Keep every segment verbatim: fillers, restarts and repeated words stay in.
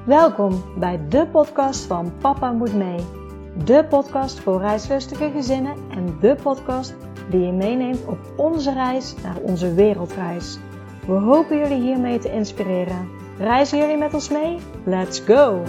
Welkom bij de podcast van Papa Moet Mee. De podcast voor reislustige gezinnen en de podcast die je meeneemt op onze reis naar onze wereldreis. We hopen jullie hiermee te inspireren. Reizen jullie met ons mee? Let's go!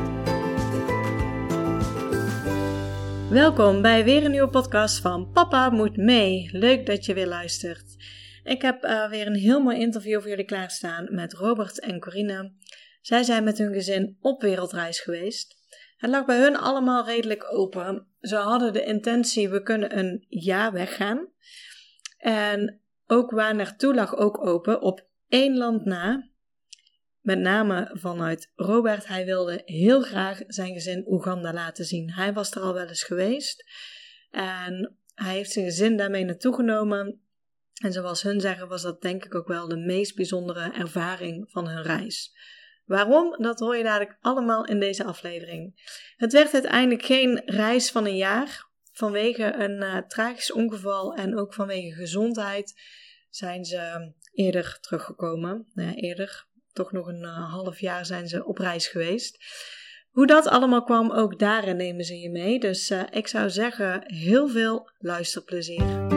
Welkom bij weer een nieuwe podcast van Papa Moet Mee. Leuk dat je weer luistert. Ik heb uh, weer een heel mooi interview voor jullie klaarstaan met Robert en Corine. Zij zijn met hun gezin op wereldreis geweest. Het lag bij hun allemaal redelijk open. Ze hadden de intentie, we kunnen een jaar weggaan. En ook waar naartoe lag ook open, op één land na. Met name vanuit Robert. Hij wilde heel graag zijn gezin Oeganda laten zien. Hij was er al wel eens geweest. En hij heeft zijn gezin daarmee naartoe genomen. En zoals hun zeggen was dat denk ik ook wel de meest bijzondere ervaring van hun reis. Waarom? Dat hoor je dadelijk allemaal in deze aflevering. Het werd uiteindelijk geen reis van een jaar. Vanwege een uh, tragisch ongeval en ook vanwege gezondheid zijn ze eerder teruggekomen. Nou ja, eerder, toch nog een uh, half jaar zijn ze op reis geweest. Hoe dat allemaal kwam, ook daarin nemen ze je mee. Dus uh, ik zou zeggen, heel veel luisterplezier.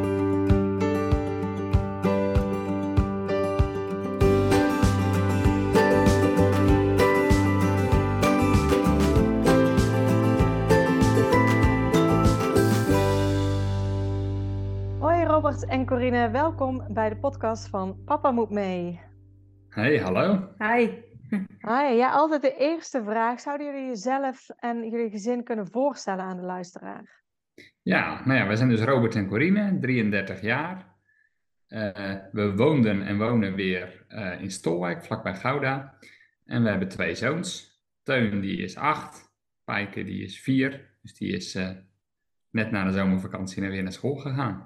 Robert en Corine, welkom bij de podcast van Papa Moet Mee. Hey, hallo. Hi. Hi, ja, altijd de eerste vraag. Zouden jullie jezelf en jullie gezin kunnen voorstellen aan de luisteraar? Ja, nou ja, wij zijn dus Robert en Corine, drieëndertig jaar. Uh, we woonden en wonen weer uh, in Stolwijk, vlakbij Gouda. En we hebben twee zoons. Teun, die is acht. Pijke, die is vier. Dus die is uh, net na de zomervakantie weer naar school gegaan.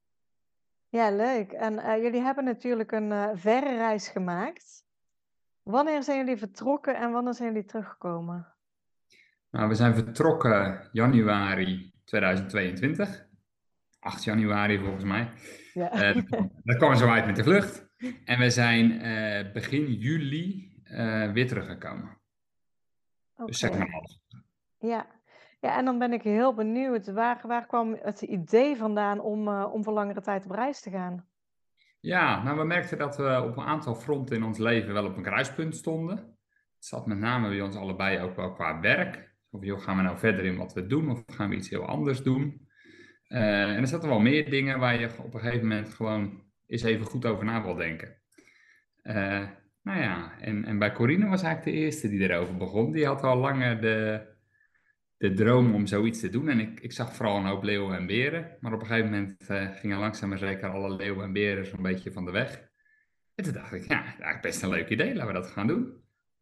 Ja, leuk. En uh, jullie hebben natuurlijk een uh, verre reis gemaakt. Wanneer zijn jullie vertrokken en wanneer zijn jullie teruggekomen? Nou, we zijn vertrokken januari tweeduizend tweeëntwintig. acht januari volgens mij. Ja. Uh, dat kwam zo uit met de vlucht. En we zijn uh, begin juli uh, weer teruggekomen. Okay. Dus zeg maar alles. Ja. Ja, en dan ben ik heel benieuwd. Waar, waar kwam het idee vandaan om, uh, om voor langere tijd op reis te gaan? Ja, nou we merkten dat we op een aantal fronten in ons leven wel op een kruispunt stonden. Het zat met name bij ons allebei ook wel qua werk. Of joh, gaan we nou verder in wat we doen of gaan we iets heel anders doen? Uh, en er zaten wel meer dingen waar je op een gegeven moment gewoon eens even goed over na wil denken. Uh, nou ja, en, en bij Corine was eigenlijk de eerste die erover begon. Die had al langer de... de droom om zoiets te doen. En ik, ik zag vooral een hoop leeuwen en beren. Maar op een gegeven moment uh, gingen langzaam maar zeker alle leeuwen en beren zo'n beetje van de weg. En toen dacht ik, ja, eigenlijk best een leuk idee. Laten we dat gaan doen.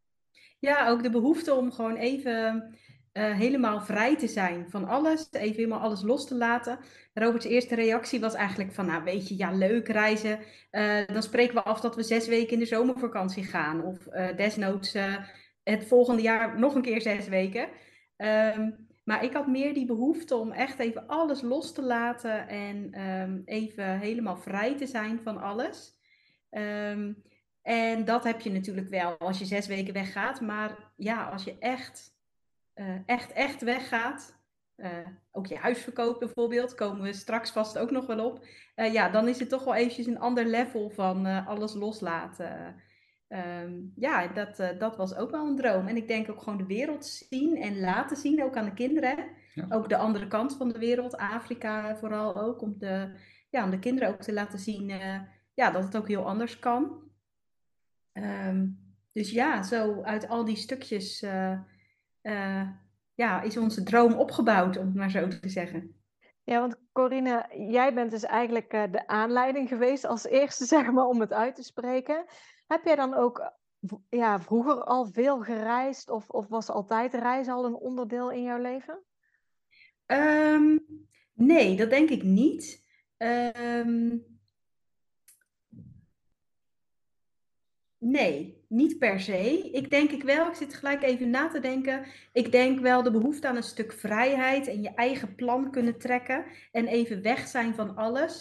Ja, ook de behoefte om gewoon even uh, helemaal vrij te zijn van alles. Even helemaal alles los te laten. Roberts eerste reactie was eigenlijk van, nou weet je, ja, leuk reizen. Uh, dan spreken we af dat we zes weken in de zomervakantie gaan. Of uh, desnoods uh, het volgende jaar nog een keer zes weken. Um, maar ik had meer die behoefte om echt even alles los te laten en um, even helemaal vrij te zijn van alles. Um, en dat heb je natuurlijk wel als je zes weken weggaat. Maar ja, als je echt, uh, echt, echt weggaat, uh, ook je huis verkoopt bijvoorbeeld, komen we straks vast ook nog wel op. Uh, ja, dan is het toch wel eventjes een ander level van uh, alles loslaten. Um, ja, dat, uh, dat was ook wel een droom. En ik denk ook gewoon de wereld zien en laten zien, ook aan de kinderen. Ja. Ook de andere kant van de wereld, Afrika vooral ook. Om de, ja, om de kinderen ook te laten zien uh, ja, dat het ook heel anders kan. Um, dus ja, zo uit al die stukjes uh, uh, ja, is onze droom opgebouwd, om het maar zo te zeggen. Ja, want Corine, jij bent dus eigenlijk uh, de aanleiding geweest als eerste, zeg maar, om het uit te spreken. Heb jij dan ook ja, vroeger al veel gereisd of, of was altijd reizen al een onderdeel in jouw leven? Um, nee, dat denk ik niet. Um, nee, niet per se. Ik denk ik wel, ik zit gelijk even na te denken. Ik denk wel de behoefte aan een stuk vrijheid en je eigen plan kunnen trekken en even weg zijn van alles.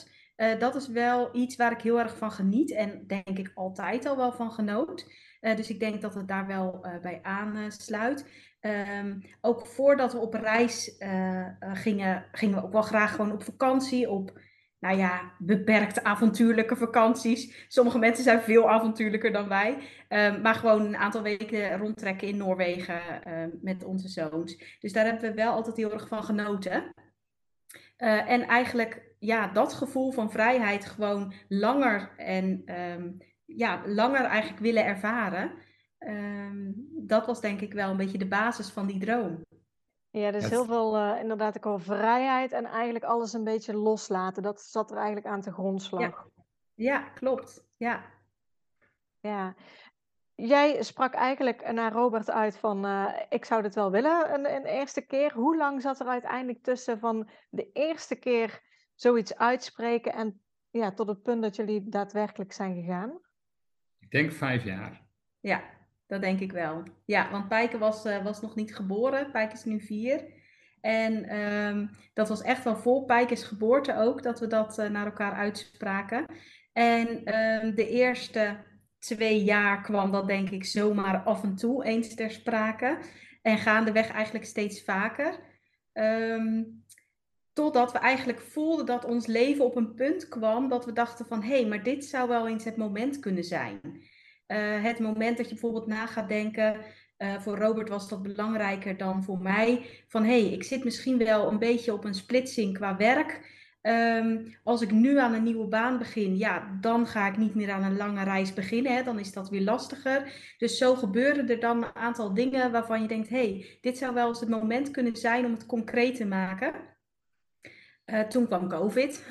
Uh, dat is wel iets waar ik heel erg van geniet en denk ik altijd al wel van genoot. Uh, dus ik denk dat het daar wel uh, bij aansluit. Um, ook voordat we op reis uh, gingen, gingen we ook wel graag gewoon op vakantie. Op, nou ja, beperkte avontuurlijke vakanties. Sommige mensen zijn veel avontuurlijker dan wij. Um, maar gewoon een aantal weken rondtrekken in Noorwegen uh, met onze zoons. Dus daar hebben we wel altijd heel erg van genoten. Uh, en eigenlijk, ja, dat gevoel van vrijheid gewoon langer en um, ja, langer eigenlijk willen ervaren. Um, dat was denk ik wel een beetje de basis van die droom. Ja, dus heel veel, uh, inderdaad, ik hoor vrijheid en eigenlijk alles een beetje loslaten. Dat zat er eigenlijk aan te grondslag. Ja, ja, klopt. Ja. Ja. Jij sprak eigenlijk naar Robert uit van, uh, ik zou dit wel willen een, een eerste keer. Hoe lang zat er uiteindelijk tussen van de eerste keer zoiets uitspreken en ja, tot het punt dat jullie daadwerkelijk zijn gegaan? Ik denk vijf jaar. Ja, dat denk ik wel. Ja, want Pijke was, uh, was nog niet geboren. Pijke is nu vier. En um, dat was echt wel vol Pijke's geboorte ook, dat we dat uh, naar elkaar uitspraken. En um, de eerste twee jaar kwam dat denk ik zomaar af en toe eens ter sprake. En gaandeweg eigenlijk steeds vaker. Um, totdat we eigenlijk voelden dat ons leven op een punt kwam dat we dachten van, hé, hey, maar dit zou wel eens het moment kunnen zijn. Uh, het moment dat je bijvoorbeeld na gaat denken, uh, voor Robert was dat belangrijker dan voor mij, van hé, hey, ik zit misschien wel een beetje op een splitsing qua werk. Um, als ik nu aan een nieuwe baan begin, ja, dan ga ik niet meer aan een lange reis beginnen. Hè, dan is dat weer lastiger. Dus zo gebeuren er dan een aantal dingen waarvan je denkt, hé, hey, dit zou wel eens het moment kunnen zijn om het concreet te maken. Uh, toen kwam COVID.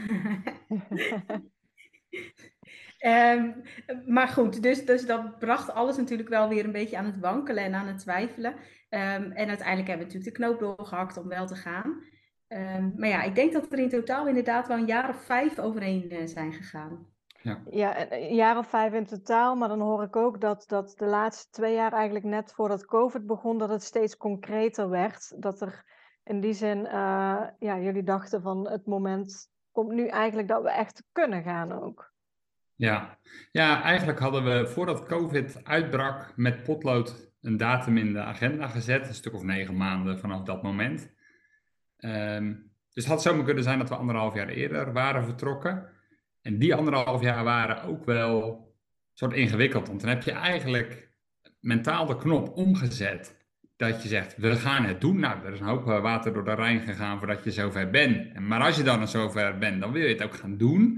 Um, maar goed, dus, dus dat bracht alles natuurlijk wel weer een beetje aan het wankelen en aan het twijfelen. Um, en uiteindelijk hebben we natuurlijk de knoop doorgehakt om wel te gaan. Um, maar ja, ik denk dat we er in totaal inderdaad wel een jaar of vijf overheen uh, zijn gegaan. Ja. ja, een jaar of vijf in totaal. Maar dan hoor ik ook dat, dat de laatste twee jaar eigenlijk net voordat COVID begon, dat het steeds concreter werd. Dat er in die zin, uh, ja, jullie dachten van het moment komt nu eigenlijk dat we echt kunnen gaan ook. Ja. ja, eigenlijk hadden we voordat COVID uitbrak met potlood een datum in de agenda gezet. Een stuk of negen maanden vanaf dat moment. Um, dus het had zomaar kunnen zijn dat we anderhalf jaar eerder waren vertrokken. En die anderhalf jaar waren ook wel soort ingewikkeld. Want dan heb je eigenlijk mentaal de knop omgezet. Dat je zegt, we gaan het doen. Nou, er is een hoop water door de Rijn gegaan voordat je zover bent. Maar als je dan zover bent, dan wil je het ook gaan doen.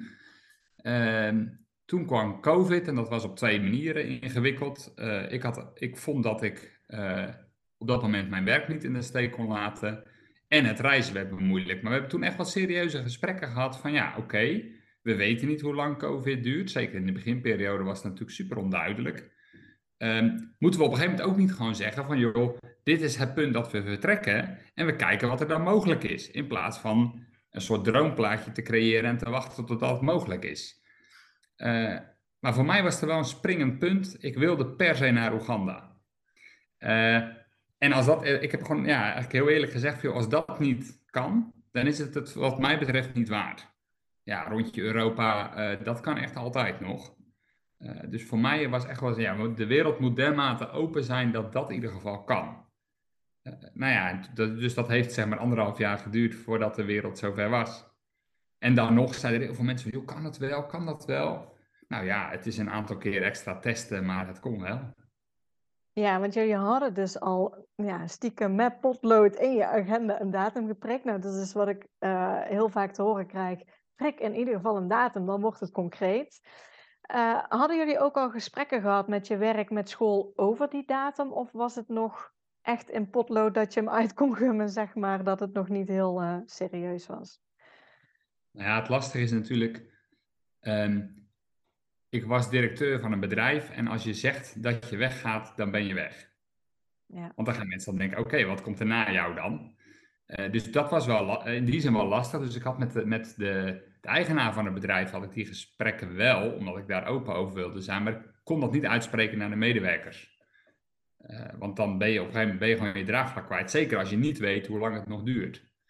Um, toen kwam COVID en dat was op twee manieren ingewikkeld. Uh, ik, had, ik vond dat ik uh, op dat moment mijn werk niet in de steek kon laten. En het reizen werd moeilijk. Maar we hebben toen echt wat serieuze gesprekken gehad van ja, oké, okay, we weten niet hoe lang COVID duurt. Zeker in de beginperiode was het natuurlijk super onduidelijk. Um, moeten we op een gegeven moment ook niet gewoon zeggen van joh, dit is het punt dat we vertrekken en we kijken wat er dan mogelijk is. In plaats van een soort droomplaatje te creëren en te wachten tot dat mogelijk is. Uh, maar voor mij was er wel een springend punt. Ik wilde per se naar Oeganda. Uh, en als dat, ik heb gewoon, ja, eigenlijk heel eerlijk gezegd, joh, als dat niet kan, dan is het het wat mij betreft niet waard. Ja, rondje Europa, uh, dat kan echt altijd nog. Uh, dus voor mij was echt wel, ja, de wereld moet dermate open zijn dat dat in ieder geval kan. Uh, nou ja, dat, dus dat heeft zeg maar anderhalf jaar geduurd voordat de wereld zover was. En dan nog zeiden er heel veel mensen, joh, kan het wel, kan dat wel? Nou ja, het is een aantal keer extra testen, maar het kon wel. Ja, want jullie hadden dus al ja, stiekem met potlood in je agenda een datum geprikt. Nou, dat is wat ik uh, heel vaak te horen krijg. Prik in ieder geval een datum, dan wordt het concreet. Uh, hadden jullie ook al gesprekken gehad met je werk, met school over die datum? Of was het nog echt in potlood dat je hem uit kon gummen, zeg maar, dat het nog niet heel uh, serieus was? Nou ja, het lastige is natuurlijk... Um, ik was directeur van een bedrijf en als je zegt dat je weggaat, dan ben je weg. Ja. Want dan gaan mensen dan denken, oké, okay, wat komt er na jou dan? Uh, dus dat was wel in die zin wel lastig. Dus ik had met, de, met de, de eigenaar van het bedrijf had ik die gesprekken wel, omdat ik daar open over wilde zijn. Maar ik kon dat niet uitspreken naar de medewerkers. Uh, want dan ben je op een gegeven moment ben je gewoon je draagvlak kwijt. Zeker als je niet weet hoe lang het nog duurt.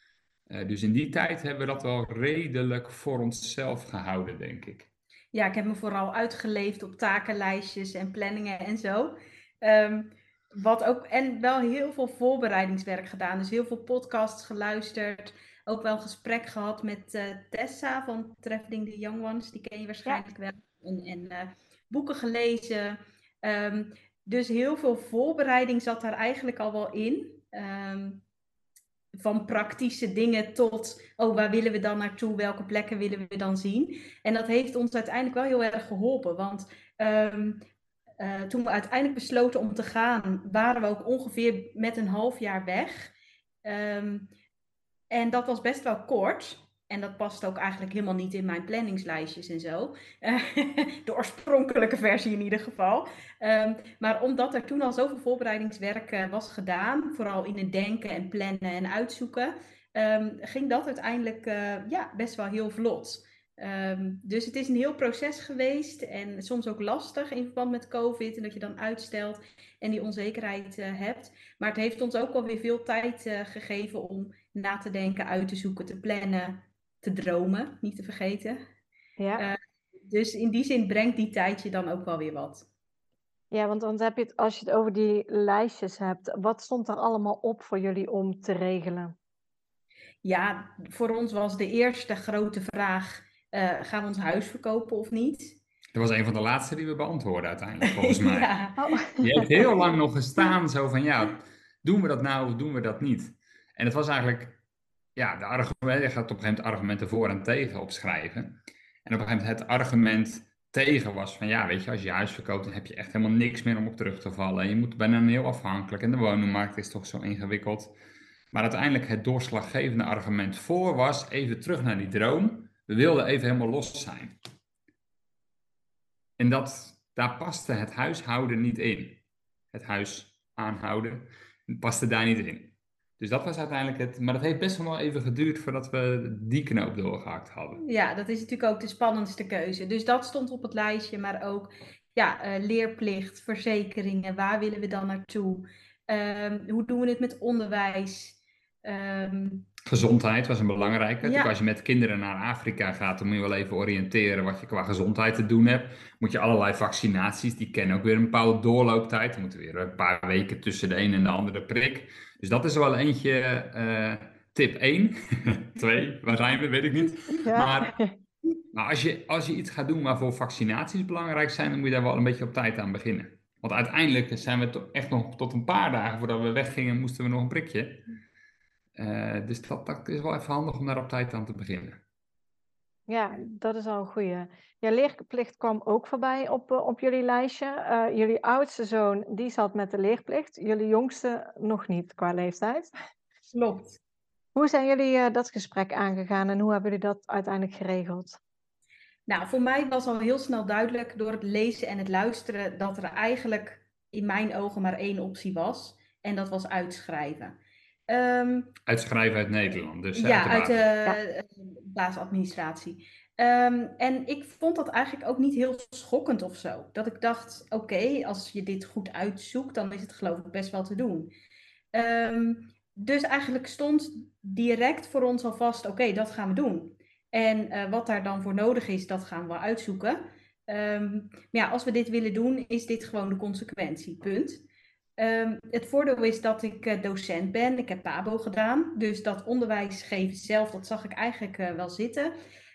Uh, dus in die tijd hebben we dat wel redelijk voor onszelf gehouden, denk ik. Ja, ik heb me vooral uitgeleefd op takenlijstjes en planningen en zo. Um, wat ook, en wel heel veel voorbereidingswerk gedaan. Dus heel veel podcasts geluisterd. Ook wel een gesprek gehad met uh, Tessa van Treffing the Young Ones. Die ken je waarschijnlijk ja. wel. En, en uh, boeken gelezen. Um, dus heel veel voorbereiding zat daar eigenlijk al wel in. Um, van praktische dingen tot, oh, waar willen we dan naartoe? Welke plekken willen we dan zien? En dat heeft ons uiteindelijk wel heel erg geholpen. Want um, uh, toen we uiteindelijk besloten om te gaan, waren we ook ongeveer met een half jaar weg. Um, en dat was best wel kort. En dat past ook eigenlijk helemaal niet in mijn planningslijstjes en zo. De oorspronkelijke versie in ieder geval. Um, maar omdat er toen al zoveel voorbereidingswerk uh, was gedaan, vooral in het denken en plannen en uitzoeken, um, ging dat uiteindelijk uh, ja, best wel heel vlot. Um, dus het is een heel proces geweest en soms ook lastig in verband met COVID en dat je dan uitstelt en die onzekerheid uh, hebt. Maar het heeft ons ook wel weer veel tijd uh, gegeven om na te denken, uit te zoeken, te plannen, te dromen, niet te vergeten. Ja. Uh, dus in die zin brengt die tijd je dan ook wel weer wat. Ja, want dan heb je het, als je het over die lijstjes hebt, wat stond er allemaal op voor jullie om te regelen? Ja, voor ons was de eerste grote vraag, uh, gaan we ons huis verkopen of niet? Dat was een van de laatste die we beantwoorden uiteindelijk, volgens mij. Ja. Oh. Je hebt heel lang nog gestaan zo van, ja, doen we dat nou of doen we dat niet? En het was eigenlijk, ja, de argument, je gaat op een gegeven moment argumenten voor en tegen opschrijven. En op een gegeven moment het argument tegen was van, ja, weet je, als je je huis verkoopt, dan heb je echt helemaal niks meer om op terug te vallen. Je moet bijna heel afhankelijk en de woningmarkt is toch zo ingewikkeld. Maar uiteindelijk het doorslaggevende argument voor was, even terug naar die droom. We wilden even helemaal los zijn. En dat, daar paste het huishouden niet in. Het huis aanhouden paste daar niet in. Dus dat was uiteindelijk het. Maar dat heeft best wel even geduurd voordat we die knoop doorgehakt hadden. Ja, dat is natuurlijk ook de spannendste keuze. Dus dat stond op het lijstje, maar ook ja, uh, leerplicht, verzekeringen, waar willen we dan naartoe? Um, hoe doen we het met onderwijs? Um, Gezondheid was een belangrijke. Ja. Als je met kinderen naar Afrika gaat, dan moet je wel even oriënteren wat je qua gezondheid te doen hebt. Moet je allerlei vaccinaties, die kennen ook weer een bepaalde doorlooptijd. Dan moeten weer een paar weken tussen de een en de andere prik. Dus dat is wel eentje, uh, tip één. Twee, waar zijn we, weet ik niet. Ja. Maar, maar als, je, als je iets gaat doen waarvoor vaccinaties belangrijk zijn, dan moet je daar wel een beetje op tijd aan beginnen. Want uiteindelijk zijn we to- echt nog tot een paar dagen voordat we weggingen, moesten we nog een prikje. Uh, dus dat, dat is wel even handig om daar op tijd aan te beginnen. Ja, dat is al een goeie. Ja, leerplicht kwam ook voorbij op, uh, op jullie lijstje. Uh, jullie oudste zoon, die zat met de leerplicht. Jullie jongste nog niet qua leeftijd. Klopt. Hoe zijn jullie uh, dat gesprek aangegaan en hoe hebben jullie dat uiteindelijk geregeld? Nou, voor mij was al heel snel duidelijk door het lezen en het luisteren dat er eigenlijk in mijn ogen maar één optie was. En dat was uitschrijven. Um, Uitschrijven uit Nederland, dus ja, uit de, uit de ja. basisadministratie. Um, en ik vond dat eigenlijk ook niet heel schokkend of zo. Dat ik dacht, oké, okay, als je dit goed uitzoekt, dan is het geloof ik best wel te doen. Um, dus eigenlijk stond direct voor ons al vast, oké, okay, dat gaan we doen. En uh, wat daar dan voor nodig is, dat gaan we uitzoeken. Um, maar ja, als we dit willen doen, is dit gewoon de consequentie, punt. Um, het voordeel is dat ik uh, docent ben. Ik heb PABO gedaan. Dus dat onderwijs geven zelf, dat zag ik eigenlijk uh, wel zitten.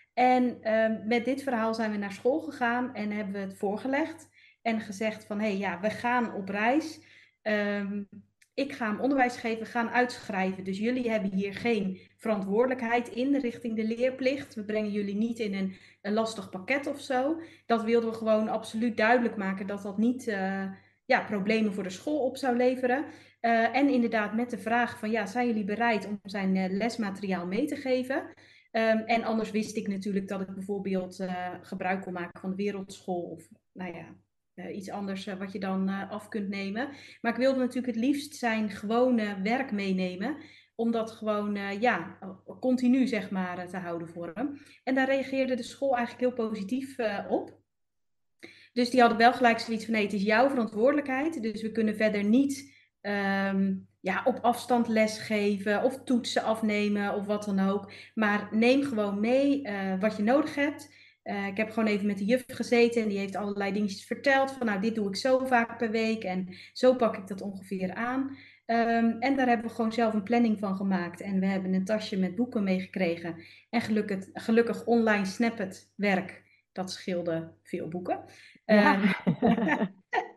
En um, met dit verhaal zijn we naar school gegaan en hebben we het voorgelegd. En gezegd van, hé, hey, ja, we gaan op reis. Um, ik ga hem onderwijs geven, we gaan uitschrijven. Dus jullie hebben hier geen verantwoordelijkheid in richting de leerplicht. We brengen jullie niet in een, een lastig pakket of zo. Dat wilden we gewoon absoluut duidelijk maken dat dat niet... Uh, ja, problemen voor de school op zou leveren. Uh, en inderdaad met de vraag van, ja, zijn jullie bereid om zijn uh, lesmateriaal mee te geven? Um, en anders wist ik natuurlijk dat ik bijvoorbeeld uh, gebruik kon maken van de wereldschool of, nou ja, uh, iets anders uh, wat je dan uh, af kunt nemen. Maar ik wilde natuurlijk het liefst zijn gewone werk meenemen, om dat gewoon, uh, ja, continu, zeg maar, uh, te houden voor hem. En daar reageerde de school eigenlijk heel positief uh, op. Dus die hadden wel gelijk zoiets van, nee, het is jouw verantwoordelijkheid. Dus we kunnen verder niet um, ja, op afstand lesgeven of toetsen afnemen of wat dan ook. Maar neem gewoon mee uh, wat je nodig hebt. Uh, ik heb gewoon even met de juf gezeten en die heeft allerlei dingetjes verteld. Van nou, dit doe ik zo vaak per week en zo pak ik dat ongeveer aan. Um, en daar hebben we gewoon zelf een planning van gemaakt. En we hebben een tasje met boeken meegekregen. En gelukkig, gelukkig online Snapchat werk. Dat scheelde veel boeken. Ja. Um,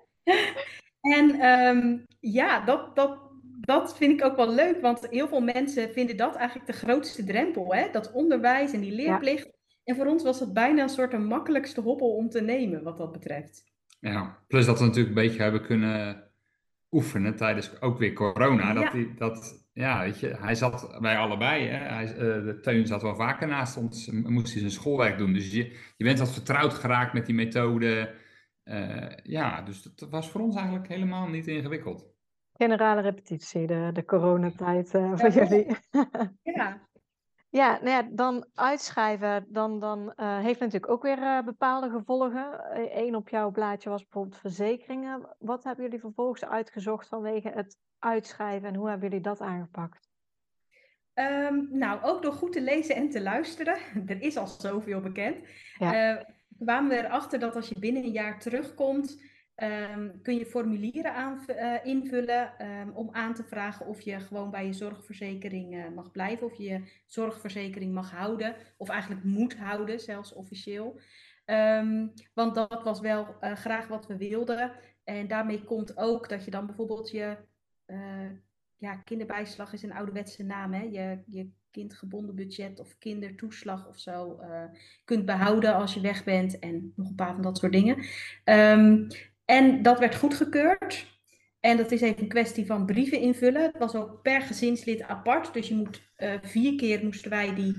en um, ja, dat, dat, dat vind ik ook wel leuk. Want heel veel mensen vinden dat eigenlijk de grootste drempel. Hè? Dat onderwijs en die leerplicht. Ja. En voor ons was het bijna een soort de makkelijkste hobbel om te nemen wat dat betreft. Ja, plus dat we natuurlijk een beetje hebben kunnen oefenen tijdens ook weer corona. Ja. Dat die, dat, ja, weet je, hij zat bij allebei. Hè? Hij, uh, de Teun zat wel vaker naast ons, moest hij zijn schoolwerk doen. Dus je, je bent wat vertrouwd geraakt met die methode. Uh, ja, dus dat was voor ons eigenlijk helemaal niet ingewikkeld. Generale repetitie, de, de coronatijd uh, voor ja, jullie. Ja. Ja, nou ja, dan uitschrijven, dan, dan uh, heeft natuurlijk ook weer uh, bepaalde gevolgen. Eén op jouw blaadje was bijvoorbeeld verzekeringen. Wat hebben jullie vervolgens uitgezocht vanwege het uitschrijven en hoe hebben jullie dat aangepakt? Um, nou, ook door goed te lezen en te luisteren. Er is al zoveel bekend. Ja. Uh, kwamen we erachter dat als je binnen een jaar terugkomt, um, kun je formulieren aan, uh, invullen um, om aan te vragen of je gewoon bij je zorgverzekering uh, mag blijven. Of je je zorgverzekering mag houden. Of eigenlijk moet houden, zelfs officieel. Um, want dat was wel uh, graag wat we wilden. En daarmee komt ook dat je dan bijvoorbeeld je... Uh, Ja, kinderbijslag is een ouderwetse naam, hè? Je, je kindgebonden budget of kindertoeslag of zo uh, kunt behouden als je weg bent en nog een paar van dat soort dingen. Um, en dat werd goedgekeurd. En dat is even een kwestie van brieven invullen. Het was ook per gezinslid apart, dus je moet uh, vier keer moesten wij die,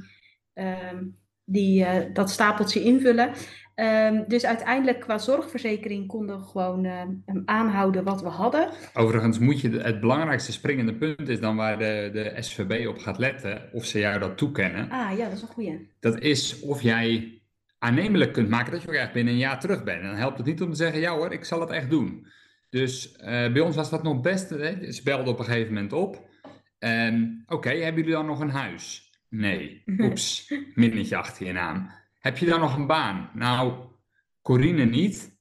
um, die, uh, dat stapeltje invullen. Um, dus uiteindelijk qua zorgverzekering konden we gewoon uh, aanhouden wat we hadden. Overigens moet je, de, het belangrijkste springende punt is dan waar de, de S V B op gaat letten, of ze jou dat toekennen. Ah ja, dat is een goeie. Dat is of jij aannemelijk kunt maken dat je ook echt binnen een jaar terug bent. En dan helpt het niet om te zeggen, ja hoor, ik zal het echt doen. Dus uh, bij ons was dat nog best, hè? Ze belden op een gegeven moment op. Um, Oké, okay, hebben jullie dan nog een huis? Nee. Oeps, minnetje achter je naam. Heb je dan nog een baan? Nou, Corine niet.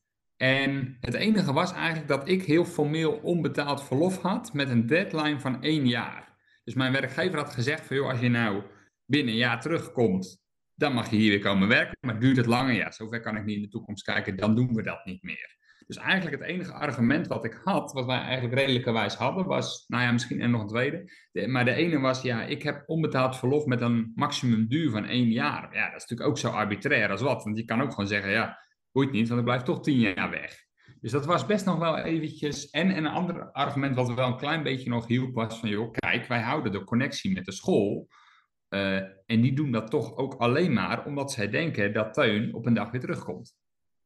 En het enige was eigenlijk dat ik heel formeel onbetaald verlof had met een deadline van één jaar. Dus mijn werkgever had gezegd van, joh, als je nou binnen een jaar terugkomt, dan mag je hier weer komen werken. Maar duurt het langer? Ja, zover kan ik niet in de toekomst kijken, dan doen we dat niet meer. Dus eigenlijk het enige argument wat ik had, wat wij eigenlijk redelijkerwijs hadden, was, nou ja, misschien en nog een tweede. De, maar de ene was, ja, ik heb onbetaald verlof met een maximum duur van één jaar. Ja, dat is natuurlijk ook zo arbitrair als wat. Want je kan ook gewoon zeggen, ja, boeit niet, want ik blijf toch tien jaar weg. Dus dat was best nog wel eventjes. En, en een ander argument wat wel een klein beetje nog hielp was van, joh, kijk, wij houden de connectie met de school. Uh, en die doen dat toch ook alleen maar omdat zij denken dat Teun op een dag weer terugkomt.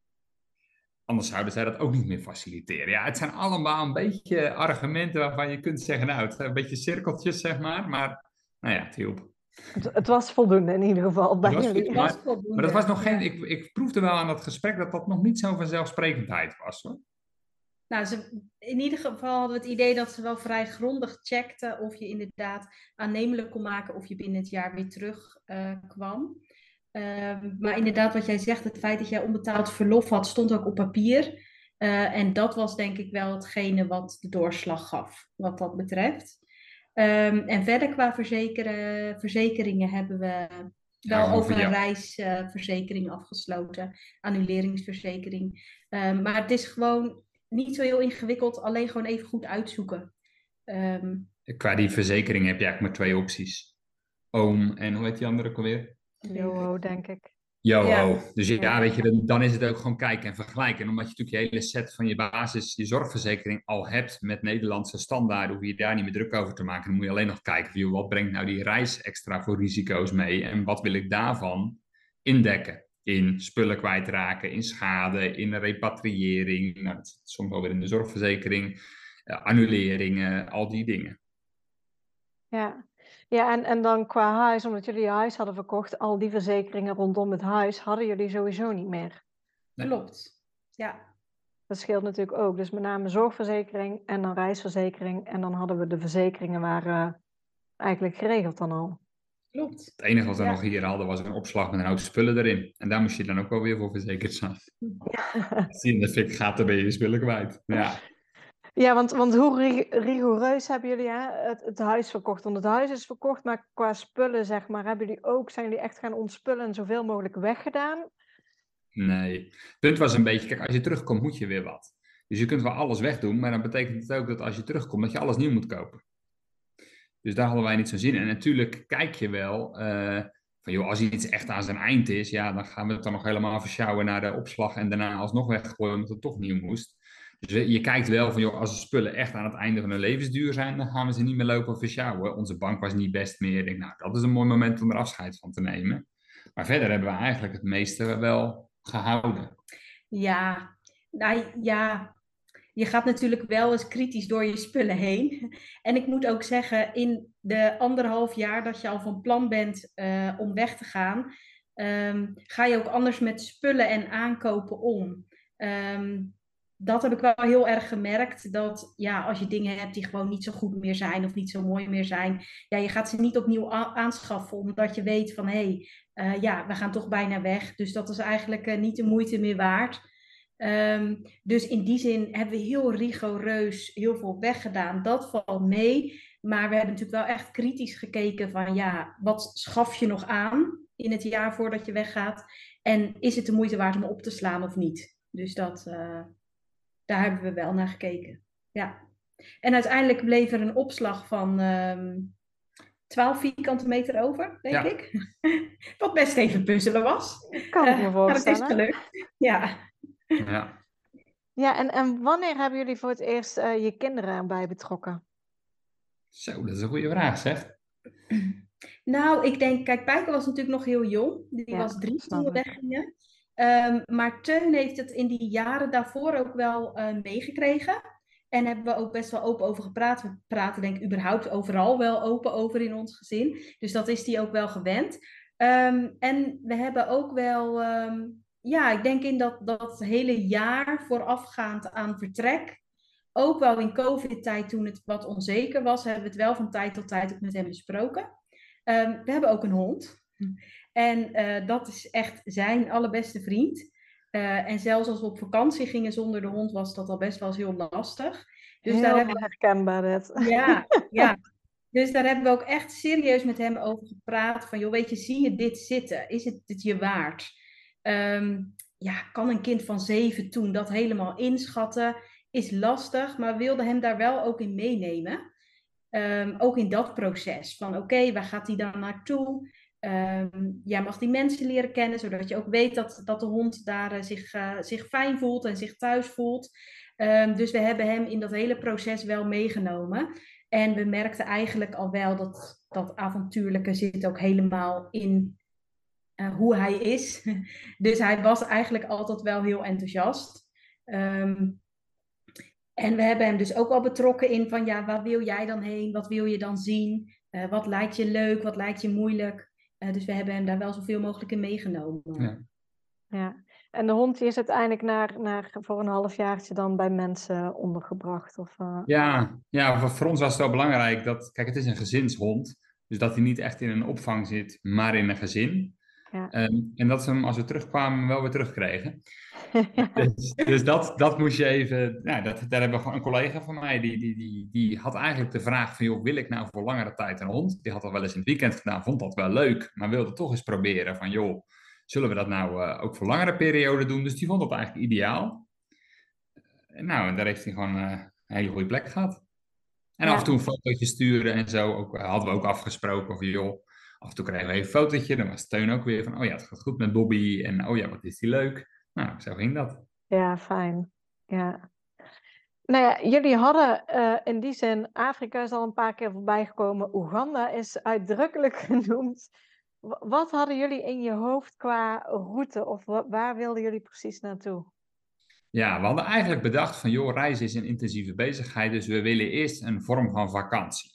Anders zouden zij dat ook niet meer faciliteren. Ja, het zijn allemaal een beetje argumenten waarvan je kunt zeggen, nou, het zijn een beetje cirkeltjes, zeg maar. Maar, nou ja, het hielp. Het, het was voldoende in ieder geval bij jullie. Maar, maar dat was nog geen... Ik, ik proefde wel aan dat gesprek dat dat nog niet zo'n vanzelfsprekendheid was, hoor. Nou, ze, in ieder geval hadden we het idee dat ze wel vrij grondig checkten of je inderdaad aannemelijk kon maken of je binnen het jaar weer terug uh, kwam. Uh, maar inderdaad, wat jij zegt, het feit dat jij onbetaald verlof had, stond ook op papier. Uh, en dat was denk ik wel hetgene wat de doorslag gaf, wat dat betreft. Um, en verder qua verzekeren, verzekeringen hebben we wel ja, over een ja. reisverzekering uh, afgesloten, annuleringsverzekering. Uh, maar het is gewoon niet zo heel ingewikkeld, alleen gewoon even goed uitzoeken. Um, Qua die verzekering heb je eigenlijk maar twee opties. Oom en hoe heet die andere ook alweer? Joho, denk ik. Joho. Ja. Dus ja, ja, weet je, dan is het ook gewoon kijken en vergelijken. En omdat je natuurlijk je hele set van je basis, je zorgverzekering al hebt met Nederlandse standaarden, hoef je daar niet meer druk over te maken. Dan moet je alleen nog kijken van, joh, wat brengt nou die reis extra voor risico's mee? En wat wil ik daarvan indekken? In spullen kwijtraken, in schade, in repatriëring, nou, dat is soms wel weer in de zorgverzekering, uh, annuleringen, al die dingen. Ja. Ja, en, en dan qua huis, omdat jullie je huis hadden verkocht, al die verzekeringen rondom het huis hadden jullie sowieso niet meer. Nee. Klopt, ja. Dat scheelt natuurlijk ook. Dus met name zorgverzekering en dan reisverzekering. En dan hadden we de verzekeringen waren eigenlijk geregeld dan al. Klopt. Het enige wat we Ja. nog hier hadden was een opslag met een hoop spullen erin. En daar moest je dan ook wel weer voor verzekerd zijn. Als die in de fik gaat, dan ben je je spullen kwijt. Ja. Ja, want, want hoe rig- rigoureus hebben jullie hè, het, het huis verkocht? Want het huis is verkocht, maar qua spullen, zeg maar, hebben jullie ook, zijn jullie echt gaan ontspullen en zoveel mogelijk weggedaan? Nee. Het punt was een beetje, kijk, als je terugkomt moet je weer wat. Dus je kunt wel alles wegdoen, maar dan betekent het ook dat als je terugkomt, dat je alles nieuw moet kopen. Dus daar hadden wij niet zo'n zin in. En natuurlijk kijk je wel, uh, van joh, als iets echt aan zijn eind is, ja, dan gaan we het dan nog helemaal versjouwen naar de opslag en daarna alsnog weggooien, omdat het toch nieuw moest. Dus je kijkt wel van, joh, als de spullen echt aan het einde van hun levensduur zijn, dan gaan we ze niet meer lopen versjouwen. Onze bank was niet best meer. Ik denk, nou, dat is een mooi moment om er afscheid van te nemen. Maar verder hebben we eigenlijk het meeste wel gehouden. Ja, nou ja, je gaat natuurlijk wel eens kritisch door je spullen heen. En ik moet ook zeggen, in de anderhalf jaar dat je al van plan bent uh, om weg te gaan, um, ga je ook anders met spullen en aankopen om. Um, dat heb ik wel heel erg gemerkt, dat ja, als je dingen hebt die gewoon niet zo goed meer zijn of niet zo mooi meer zijn, ja, je gaat ze niet opnieuw a- aanschaffen, omdat je weet van, hé, hey, uh, ja, we gaan toch bijna weg. Dus dat is eigenlijk uh, niet de moeite meer waard. Um, dus in die zin hebben we heel rigoureus heel veel weggedaan. Dat valt mee. Maar we hebben natuurlijk wel echt kritisch gekeken van, ja, wat schaf je nog aan in het jaar voordat je weggaat? En is het de moeite waard om op te slaan of niet? Dus dat... Uh, Daar hebben we wel naar gekeken. Ja. En uiteindelijk bleef er een opslag van um, twaalf vierkante meter over, denk ja. ik. Wat best even puzzelen was. Kan ik me uh, voorstellen. Maar het is gelukt. Ja. Ja, ja en, en wanneer hebben jullie voor het eerst uh, je kinderen erbij betrokken? Zo, dat is een goede vraag, zeg. Nou, ik denk, kijk, Pijker was natuurlijk nog heel jong. Die ja, was drie toen we weggingen. Um, maar Teun heeft het in die jaren daarvoor ook wel uh, meegekregen. En hebben we ook best wel open over gepraat. We praten denk ik überhaupt overal wel open over in ons gezin. Dus dat is die ook wel gewend. Um, en we hebben ook wel... Um, ja, ik denk in dat, dat hele jaar voorafgaand aan vertrek... Ook wel in COVID-tijd toen het wat onzeker was... hebben we het wel van tijd tot tijd ook met hem besproken. Um, we hebben ook een hond... En uh, dat is echt zijn allerbeste vriend. Uh, en zelfs als we op vakantie gingen zonder de hond, was dat al best wel eens heel lastig. Dus heel daar hebben we... herkenbaar dit. Ja, ja. Dus daar hebben we ook echt serieus met hem over gepraat. Van, joh, weet je, zie je dit zitten? Is het het je waard? Um, ja, kan een kind van zeven toen dat helemaal inschatten? Is lastig, maar we wilden hem daar wel ook in meenemen. Um, ook in dat proces. Van, oké, okay, waar gaat hij dan naartoe? Um, jij mag die mensen leren kennen, zodat je ook weet dat, dat de hond daar uh, zich, uh, zich fijn voelt en zich thuis voelt. Um, dus we hebben hem in dat hele proces wel meegenomen. En we merkten eigenlijk al wel dat dat avontuurlijke zit ook helemaal in uh, hoe hij is. Dus hij was eigenlijk altijd wel heel enthousiast. Um, en we hebben hem dus ook wel betrokken in van, ja, waar wil jij dan heen? Wat wil je dan zien? Uh, wat lijkt je leuk? Wat lijkt je moeilijk? Uh, dus we hebben hem daar wel zoveel mogelijk in meegenomen. Ja. Ja. En de hond die is uiteindelijk naar, naar, voor een halfjaartje dan bij mensen ondergebracht? Of, uh... ja, ja, voor ons was het wel belangrijk dat... Kijk, het is een gezinshond. Dus dat hij niet echt in een opvang zit, maar in een gezin. Ja. Um, en dat ze hem, als we terugkwamen, wel weer terugkregen. Ja. Dus, dus dat, dat moest je even... Nou, dat, daar hebben we gewoon een collega van mij, die, die, die, die had eigenlijk de vraag van... joh, wil ik nou voor langere tijd een hond? Die had dat wel eens in het weekend gedaan, vond dat wel leuk... maar wilde toch eens proberen van, joh, zullen we dat nou uh, ook voor langere periode doen? Dus die vond dat eigenlijk ideaal. Uh, nou, en daar heeft hij gewoon uh, een hele goede plek gehad. En ja. af en toe een fotootje sturen en zo, ook, uh, hadden we ook afgesproken van, joh... Af en toe kregen we even een fotootje, dan was Teun ook weer van... oh ja, het gaat goed met Bobby en oh ja, wat is die leuk... Nou, zo ging dat. Ja, fijn. Ja. Nou ja, jullie hadden uh, in die zin... Afrika is al een paar keer voorbij gekomen. Oeganda is uitdrukkelijk genoemd. W- wat hadden jullie in je hoofd qua route? Of w- waar wilden jullie precies naartoe? Ja, we hadden eigenlijk bedacht van... joh, reizen is een intensieve bezigheid... dus we willen eerst een vorm van vakantie.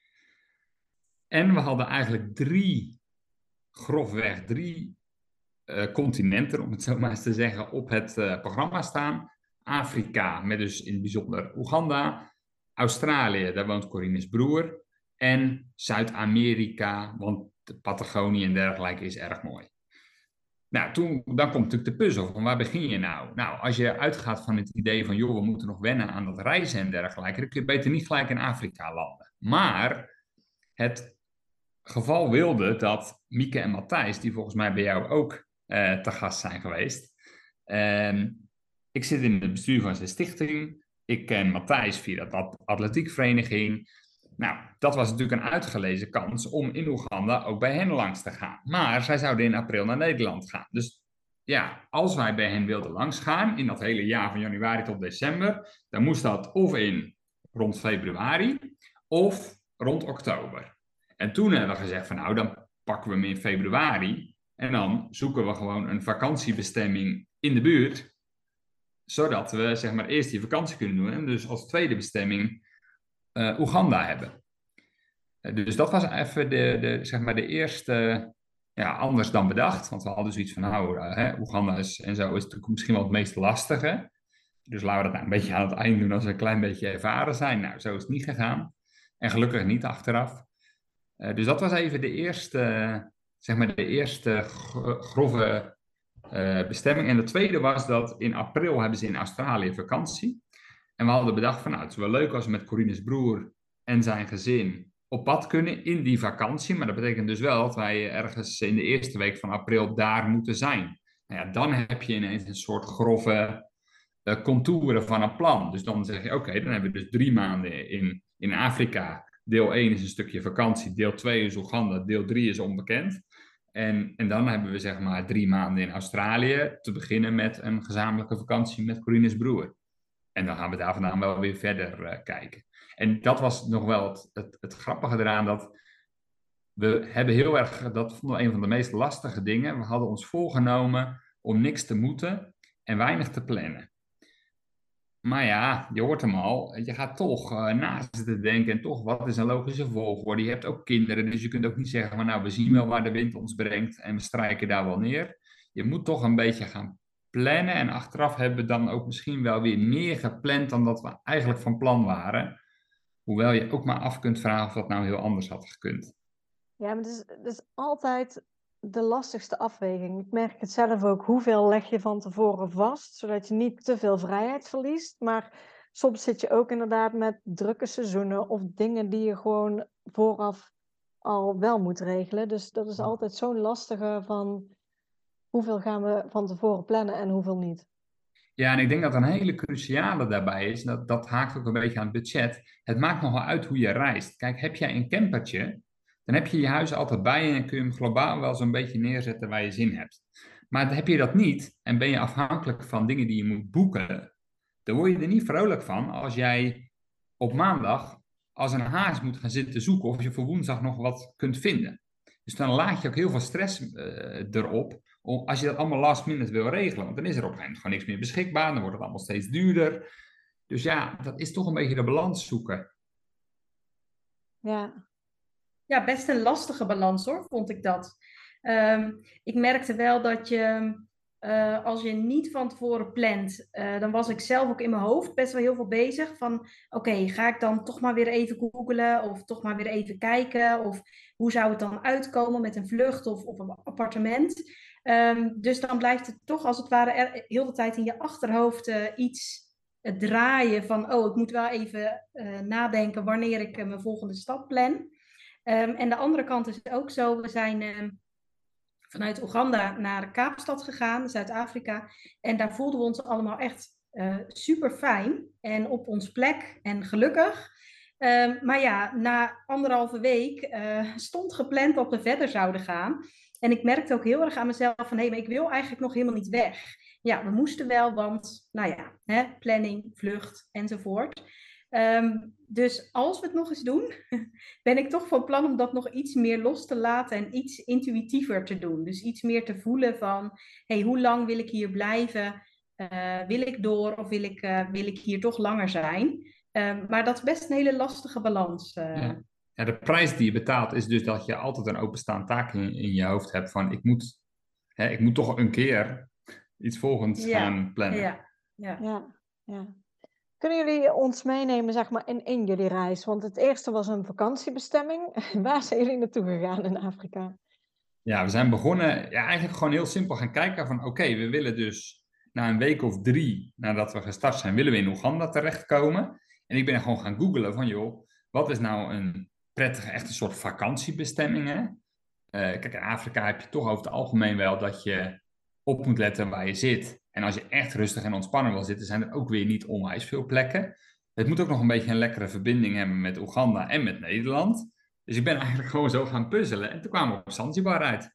En we hadden eigenlijk drie... grofweg drie... Uh, continenten, om het zo maar eens te zeggen, op het uh, programma staan. Afrika, met dus in het bijzonder Oeganda. Australië, daar woont Corine's broer. En Zuid-Amerika, want Patagonië en dergelijke is erg mooi. Nou, toen, dan komt natuurlijk de puzzel van waar begin je nou? Nou, als je uitgaat van het idee van, joh, we moeten nog wennen aan dat reizen en dergelijke, dan kun je beter niet gelijk in Afrika landen. Maar het geval wilde dat Mieke en Matthijs, die volgens mij bij jou ook uh, te gast zijn geweest. Uh, ik zit in het bestuur van zijn stichting. Ik ken Matthijs via de atletiekvereniging. Nou, dat was natuurlijk een uitgelezen kans om in Oeganda ook bij hen langs te gaan. Maar zij zouden in april naar Nederland gaan. Dus ja, als wij bij hen wilden langsgaan, in dat hele jaar van januari tot december, dan moest dat of in rond februari of rond oktober. En toen hebben we gezegd van nou, dan pakken we hem in februari en dan zoeken we gewoon een vakantiebestemming in de buurt, zodat we zeg maar eerst die vakantie kunnen doen en dus als tweede bestemming uh, Oeganda hebben. Uh, dus dat was even de, de, zeg maar de eerste, ja, anders dan bedacht, want we hadden zoiets van nou, uh, hè, Oeganda is, en zo is natuurlijk misschien wel het meest lastige. Dus laten we dat nou een beetje aan het eind doen als we een klein beetje ervaren zijn. Nou, zo is het niet gegaan. En gelukkig niet achteraf. Uh, dus dat was even de eerste, zeg maar de eerste grove uh, bestemming. En de tweede was dat in april hebben ze in Australië vakantie. En we hadden bedacht van nou, het is wel leuk als we met Corine's broer en zijn gezin op pad kunnen in die vakantie. Maar dat betekent dus wel dat wij ergens in de eerste week van april daar moeten zijn. Nou ja, dan heb je ineens een soort grove uh, contouren van een plan. Dus dan zeg je oké, okay, dan hebben we dus drie maanden in, in Afrika. Deel één is een stukje vakantie, deel twee is Oeganda, deel drie is onbekend. En, en dan hebben we zeg maar drie maanden in Australië te beginnen met een gezamenlijke vakantie met Corine's broer. En dan gaan we daar vandaan wel weer verder uh, kijken. En dat was nog wel het, het, het grappige eraan, dat we hebben heel erg, dat vonden we een van de meest lastige dingen. We hadden ons voorgenomen om niks te moeten en weinig te plannen. Maar ja, je hoort hem al, je gaat toch uh, na zitten denken en toch, wat is een logische volgorde? Je hebt ook kinderen, dus je kunt ook niet zeggen van nou, we zien wel waar de wind ons brengt en we strijken daar wel neer. Je moet toch een beetje gaan plannen en achteraf hebben we dan ook misschien wel weer meer gepland dan dat we eigenlijk van plan waren. Hoewel je ook maar af kunt vragen of dat nou heel anders had gekund. Ja, maar het is, het is altijd de lastigste afweging. Ik merk het zelf ook. Hoeveel leg je van tevoren vast, zodat je niet te veel vrijheid verliest. Maar soms zit je ook inderdaad met drukke seizoenen of dingen die je gewoon vooraf al wel moet regelen. Dus dat is altijd zo'n lastige van hoeveel gaan we van tevoren plannen en hoeveel niet. Ja, en ik denk dat een hele cruciale daarbij is, dat, dat haakt ook een beetje aan het budget. Het maakt nogal uit hoe je reist. Kijk, heb jij een campertje, dan heb je je huis altijd bij je en kun je hem globaal wel zo'n beetje neerzetten waar je zin hebt. Maar heb je dat niet en ben je afhankelijk van dingen die je moet boeken, dan word je er niet vrolijk van als jij op maandag als een haas moet gaan zitten zoeken of je voor woensdag nog wat kunt vinden. Dus dan laat je ook heel veel stress uh, erop als je dat allemaal last minute wil regelen. Want dan is er op een gegeven moment gewoon niks meer beschikbaar, dan wordt het allemaal steeds duurder. Dus ja, dat is toch een beetje de balans zoeken. Ja. Ja, best een lastige balans hoor, vond ik dat. Um, ik merkte wel dat je, uh, als je niet van tevoren plant, uh, dan was ik zelf ook in mijn hoofd best wel heel veel bezig van, oké, okay, ga ik dan toch maar weer even googlen of toch maar weer even kijken of hoe zou het dan uitkomen met een vlucht of, of een appartement. Um, dus dan blijft het toch als het ware er, heel de tijd in je achterhoofd uh, iets uh, draaien van, oh, ik moet wel even uh, nadenken wanneer ik uh, mijn volgende stap plan. Um, en de andere kant is ook zo, we zijn uh, vanuit Oeganda naar Kaapstad gegaan, Zuid-Afrika. En daar voelden we ons allemaal echt uh, super fijn en op ons plek en gelukkig. Um, maar ja, na anderhalve week uh, stond gepland dat we verder zouden gaan. En ik merkte ook heel erg aan mezelf van, hé, hey, maar ik wil eigenlijk nog helemaal niet weg. Ja, we moesten wel, want, nou ja, hè, planning, vlucht enzovoort. Um, dus als we het nog eens doen, ben ik toch van plan om dat nog iets meer los te laten en iets intuïtiever te doen. Dus iets meer te voelen van, hé, hey, hoe lang wil ik hier blijven? Uh, wil ik door of wil ik, uh, wil ik hier toch langer zijn? Um, maar dat is best een hele lastige balans. Uh. Ja. Ja, de prijs die je betaalt is dus dat je altijd een openstaand taak in, in je hoofd hebt van, ik moet, hè, ik moet toch een keer iets volgends ja. gaan plannen. Ja. Ja. Ja. Ja. Kunnen jullie ons meenemen, zeg maar, in, in jullie reis? Want het eerste was een vakantiebestemming. Waar zijn jullie naartoe gegaan in Afrika? Ja, we zijn begonnen, ja, eigenlijk gewoon heel simpel gaan kijken van oké, we willen dus na een week of drie nadat we gestart zijn, willen we in Oeganda terechtkomen. En ik ben gewoon gaan googlen van joh, wat is nou een prettige, echt een soort vakantiebestemming, hè? Eh, kijk, in Afrika heb je toch over het algemeen wel dat je op moet letten waar je zit. En als je echt rustig en ontspannen wil zitten, zijn er ook weer niet onwijs veel plekken. Het moet ook nog een beetje een lekkere verbinding hebben met Oeganda en met Nederland. Dus ik ben eigenlijk gewoon zo gaan puzzelen. En toen kwamen we op Zanzibar uit.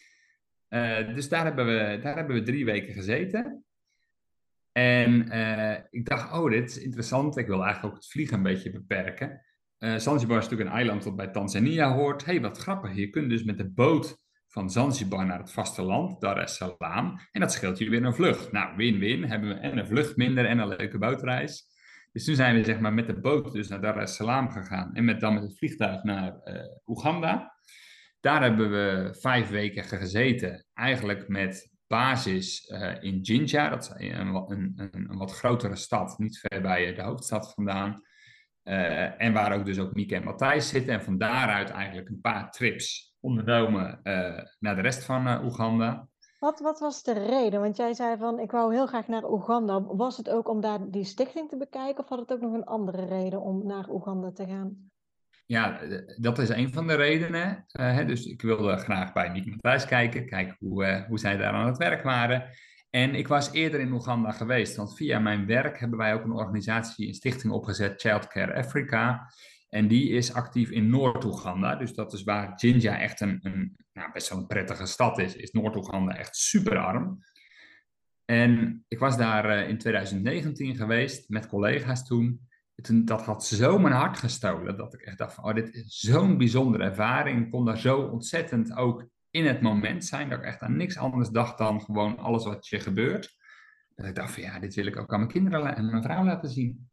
Uh, dus daar hebben, we, daar hebben we drie weken gezeten. En uh, ik dacht, oh, dit is interessant. Ik wil eigenlijk ook het vliegen een beetje beperken. Uh, Zanzibar is natuurlijk een eiland dat bij Tanzania hoort. Hé, hey, wat grappig. Je kunt dus met de boot van Zanzibar naar het vasteland, Dar es Salaam. En dat scheelt je weer een vlucht. Nou, win-win. Hebben we en een vlucht minder en een leuke bootreis. Dus toen zijn we zeg maar met de boot dus naar Dar es Salaam gegaan. En met, dan met het vliegtuig naar uh, Oeganda. Daar hebben we vijf weken gezeten. Eigenlijk met basis uh, in Jinja. Dat is een, een, een, een wat grotere stad. Niet ver bij de hoofdstad vandaan. Uh, en waar ook dus ook Mieke en Matthijs zitten. En van daaruit eigenlijk een paar trips ondernomen uh, naar de rest van uh, Oeganda. Wat, wat was de reden? Want jij zei van, ik wou heel graag naar Oeganda. Was het ook om daar die stichting te bekijken? Of had het ook nog een andere reden om naar Oeganda te gaan? Ja, dat is een van de redenen. Uh, hè, dus ik wilde graag bij Mieke en Matthijs kijken. Kijken hoe, uh, hoe zij daar aan het werk waren. En ik was eerder in Oeganda geweest. Want via mijn werk hebben wij ook een organisatie, een stichting opgezet, Childcare Africa. En die is actief in Noord-Oeganda. Dus dat is waar Jinja echt een, een nou, best wel een prettige stad is. Is Noord-Oeganda echt super arm. En ik was daar uh, in twintig negentien geweest met collega's toen. toen. Dat had zo mijn hart gestolen. Dat ik echt dacht van, oh, dit is zo'n bijzondere ervaring. Ik kon daar zo ontzettend ook in het moment zijn. Dat ik echt aan niks anders dacht dan gewoon alles wat je gebeurt. Dat ik dacht van, ja, dit wil ik ook aan mijn kinderen en mijn vrouw laten zien.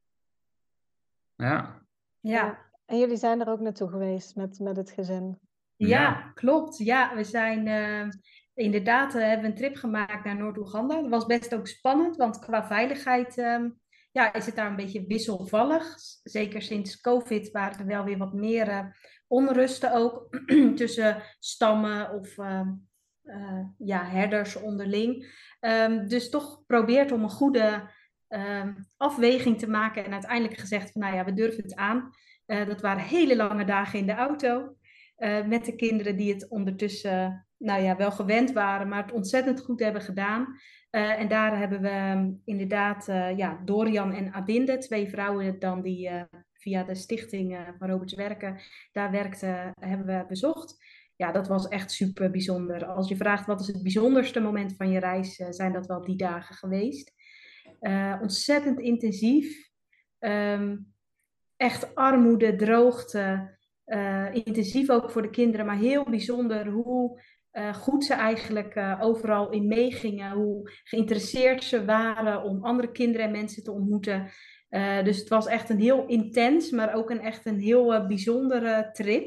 Ja. Ja. En jullie zijn er ook naartoe geweest met, met het gezin? Ja, Ja. klopt. Ja, we zijn uh, inderdaad, uh, hebben we een trip gemaakt naar Noord-Oeganda. Dat was best ook spannend, want qua veiligheid um, ja, is het daar een beetje wisselvallig. Zeker sinds COVID waren er wel weer wat meer uh, onrusten ook tussen stammen of uh, uh, ja, herders onderling. Um, dus toch geprobeerd om een goede um, afweging te maken en uiteindelijk gezegd van nou ja, we durven het aan. Uh, dat waren hele lange dagen in de auto. Uh, met de kinderen die het ondertussen nou ja, wel gewend waren, maar het ontzettend goed hebben gedaan. Uh, en daar hebben we um, inderdaad uh, ja, Dorian en Adinde, twee vrouwen dan die uh, via de stichting uh, van Roberts Werken daar werkten, hebben we bezocht. Ja, dat was echt super bijzonder. Als je vraagt wat is het bijzonderste moment van je reis, uh, zijn dat wel die dagen geweest. Uh, ontzettend intensief. Um, echt armoede, droogte. Uh, intensief ook voor de kinderen, maar heel bijzonder hoe uh, goed ze eigenlijk uh, overal in meegingen. Hoe geïnteresseerd ze waren om andere kinderen en mensen te ontmoeten. Uh, dus het was echt een heel intens, maar ook een echt een heel uh, bijzondere trip.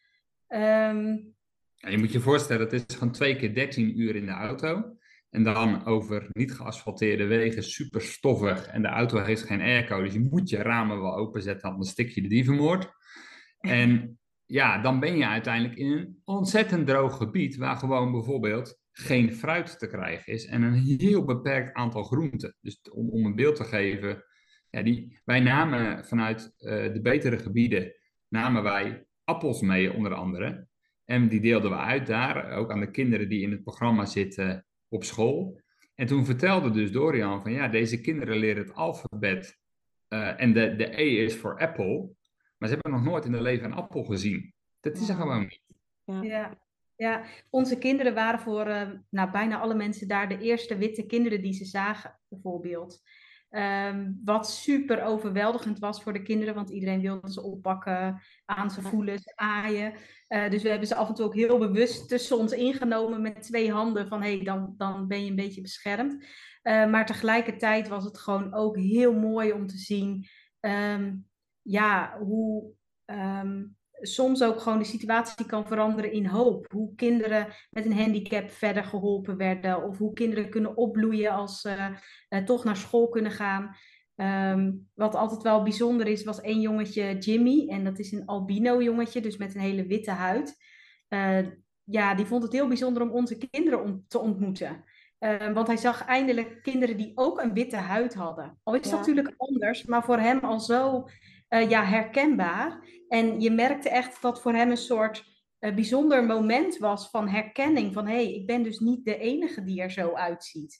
Um, Ja, je moet je voorstellen, het is gewoon twee keer dertien uur in de auto. En dan over niet geasfalteerde wegen, super stoffig. En de auto heeft geen airco, dus je moet je ramen wel openzetten, anders stik je de dievenmoord. En ja, dan ben je uiteindelijk in een ontzettend droog gebied, waar gewoon bijvoorbeeld geen fruit te krijgen is. En een heel beperkt aantal groenten. Dus om, om een beeld te geven, ja, die, wij namen vanuit uh, de betere gebieden, namen wij appels mee onder andere. En die deelden we uit daar, ook aan de kinderen die in het programma zitten op school. En toen vertelde dus Dorian van ja, deze kinderen leren het alfabet uh, en de, de E is voor apple, maar ze hebben nog nooit in hun leven een appel gezien. Dat is er gewoon niet. Ja, ja, ja. Onze kinderen waren voor uh, nou, bijna alle mensen daar de eerste witte kinderen die ze zagen, bijvoorbeeld. Um, wat super overweldigend was voor de kinderen, want iedereen wilde ze oppakken, aan ze voelen, ze aaien. Uh, dus we hebben ze af en toe ook heel bewust tussen ons ingenomen met twee handen van hé, hey, dan, dan ben je een beetje beschermd. Uh, maar tegelijkertijd was het gewoon ook heel mooi om te zien um, ja, hoe um, soms ook gewoon de situatie kan veranderen in hoop. Hoe kinderen met een handicap verder geholpen werden. Of hoe kinderen kunnen opbloeien als ze uh, toch naar school kunnen gaan. Um, wat altijd wel bijzonder is, was één jongetje, Jimmy. En dat is een albino jongetje, dus met een hele witte huid. Uh, ja, die vond het heel bijzonder om onze kinderen om te ontmoeten. Uh, want hij zag eindelijk kinderen die ook een witte huid hadden. Al is dat Ja. natuurlijk anders, maar voor hem al zo uh, ja, herkenbaar. En je merkte echt dat voor hem een soort uh, bijzonder moment was van herkenning. Van hé, hey, ik ben dus niet de enige die er zo uitziet.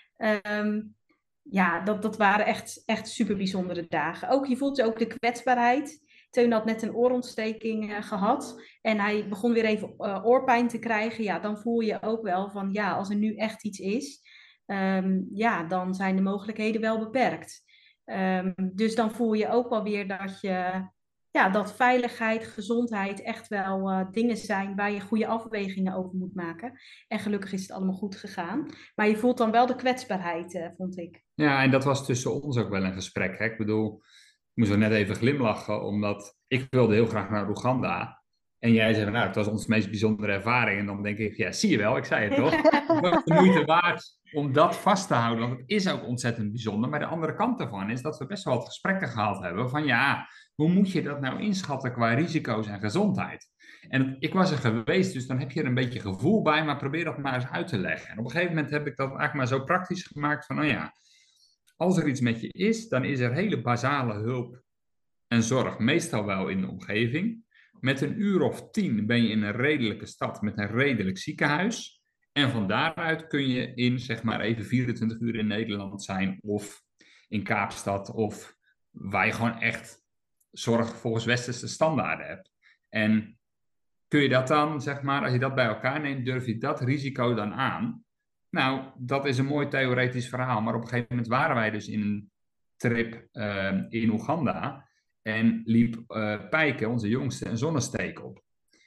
Um, ja, dat, dat waren echt, echt super bijzondere dagen. Ook, je voelt ook de kwetsbaarheid. Teun had net een oorontsteking uh, gehad. En hij begon weer even uh, oorpijn te krijgen. Ja, dan voel je ook wel van ja, als er nu echt iets is. Um, ja, dan zijn de mogelijkheden wel beperkt. Um, dus dan voel je ook wel weer dat je... Ja, dat veiligheid, gezondheid echt wel uh, dingen zijn waar je goede afwegingen over moet maken. En gelukkig is het allemaal goed gegaan. Maar je voelt dan wel de kwetsbaarheid, uh, vond ik. Ja, en dat was tussen ons ook wel een gesprek. Hè? Ik bedoel, ik moest wel net even glimlachen, omdat ik wilde heel graag naar Oeganda. En jij zei, nou, het was onze meest bijzondere ervaring. En dan denk ik, ja, zie je wel, ik zei het toch. Het was de moeite waard om dat vast te houden, want het is ook ontzettend bijzonder. Maar de andere kant daarvan is dat we best wel wat gesprekken gehad hebben van, ja, hoe moet je dat nou inschatten qua risico's en gezondheid? En ik was er geweest, dus dan heb je er een beetje gevoel bij, maar probeer dat maar eens uit te leggen. En op een gegeven moment heb ik dat eigenlijk maar zo praktisch gemaakt van, nou ja, als er iets met je is, dan is er hele basale hulp en zorg, meestal wel in de omgeving. Met een uur of tien ben je in een redelijke stad met een redelijk ziekenhuis. En van daaruit kun je in, zeg maar, even vierentwintig uur in Nederland zijn of in Kaapstad of waar je gewoon echt zorg volgens westerse standaarden hebt. En kun je dat dan, zeg maar, als je dat bij elkaar neemt, durf je dat risico dan aan? Nou, dat is een mooi theoretisch verhaal, maar op een gegeven moment waren wij dus in een trip uh, in Oeganda en liep uh, Pijke, onze jongste, een zonnesteek op.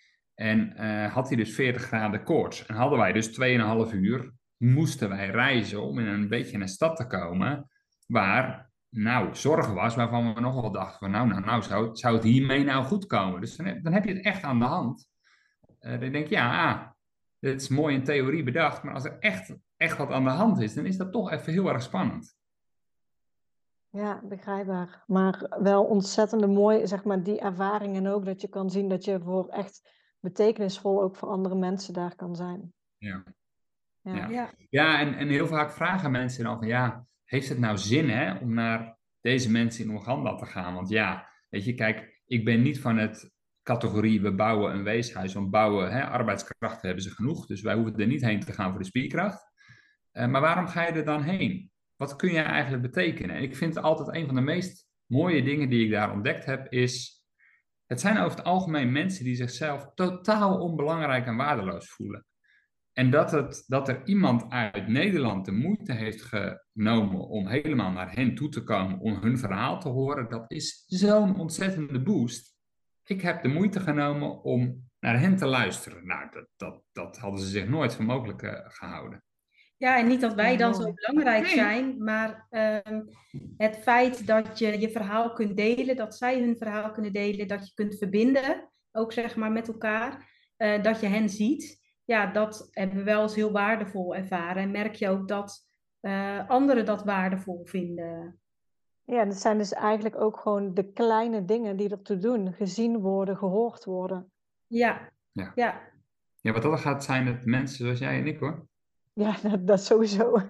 En uh, had hij dus veertig graden koorts. En hadden wij dus twee en een half uur, moesten wij reizen om in een beetje een stad te komen waar, nou, zorg was, waarvan we nogal dachten van, nou, nou, nou, zou, zou het hiermee nou goed komen? Dus dan, dan heb je het echt aan de hand. Uh, dan denk je, ja, ah, dit is mooi in theorie bedacht, maar als er echt, echt wat aan de hand is, dan is dat toch even heel erg spannend. Ja, begrijpbaar. Maar wel ontzettend mooi, zeg maar, die ervaring en ook dat je kan zien dat je voor echt betekenisvol ook voor andere mensen daar kan zijn. Ja, ja. ja. Ja. ja en, en heel vaak vragen mensen dan van, ja, heeft het nou zin hè, om naar deze mensen in Oeganda te gaan? Want ja, weet je, kijk, ik ben niet van het categorie, we bouwen een weeshuis, want bouwen, hè, arbeidskrachten hebben ze genoeg, dus wij hoeven er niet heen te gaan voor de spierkracht. Uh, maar waarom ga je er dan heen? Wat kun je eigenlijk betekenen? En ik vind altijd een van de meest mooie dingen die ik daar ontdekt heb, is, het zijn over het algemeen mensen die zichzelf totaal onbelangrijk en waardeloos voelen. En dat, het, dat er iemand uit Nederland de moeite heeft genomen om helemaal naar hen toe te komen, om hun verhaal te horen, dat is zo'n ontzettende boost. Ik heb de moeite genomen om naar hen te luisteren. Nou, dat, dat, dat hadden ze zich nooit voor mogelijk uh, gehouden. Ja, en niet dat wij dan Ja. zo belangrijk zijn, maar uh, het feit dat je je verhaal kunt delen, dat zij hun verhaal kunnen delen, dat je kunt verbinden, ook zeg maar met elkaar, uh, dat je hen ziet. Ja, dat hebben we wel eens heel waardevol ervaren. En merk je ook dat uh, anderen dat waardevol vinden. Ja, dat zijn dus eigenlijk ook gewoon de kleine dingen die ertoe doen. Gezien worden, gehoord worden. Ja, ja. ja. Ja, wat dat gaat zijn het mensen zoals jij en ik hoor. Ja, dat, dat sowieso.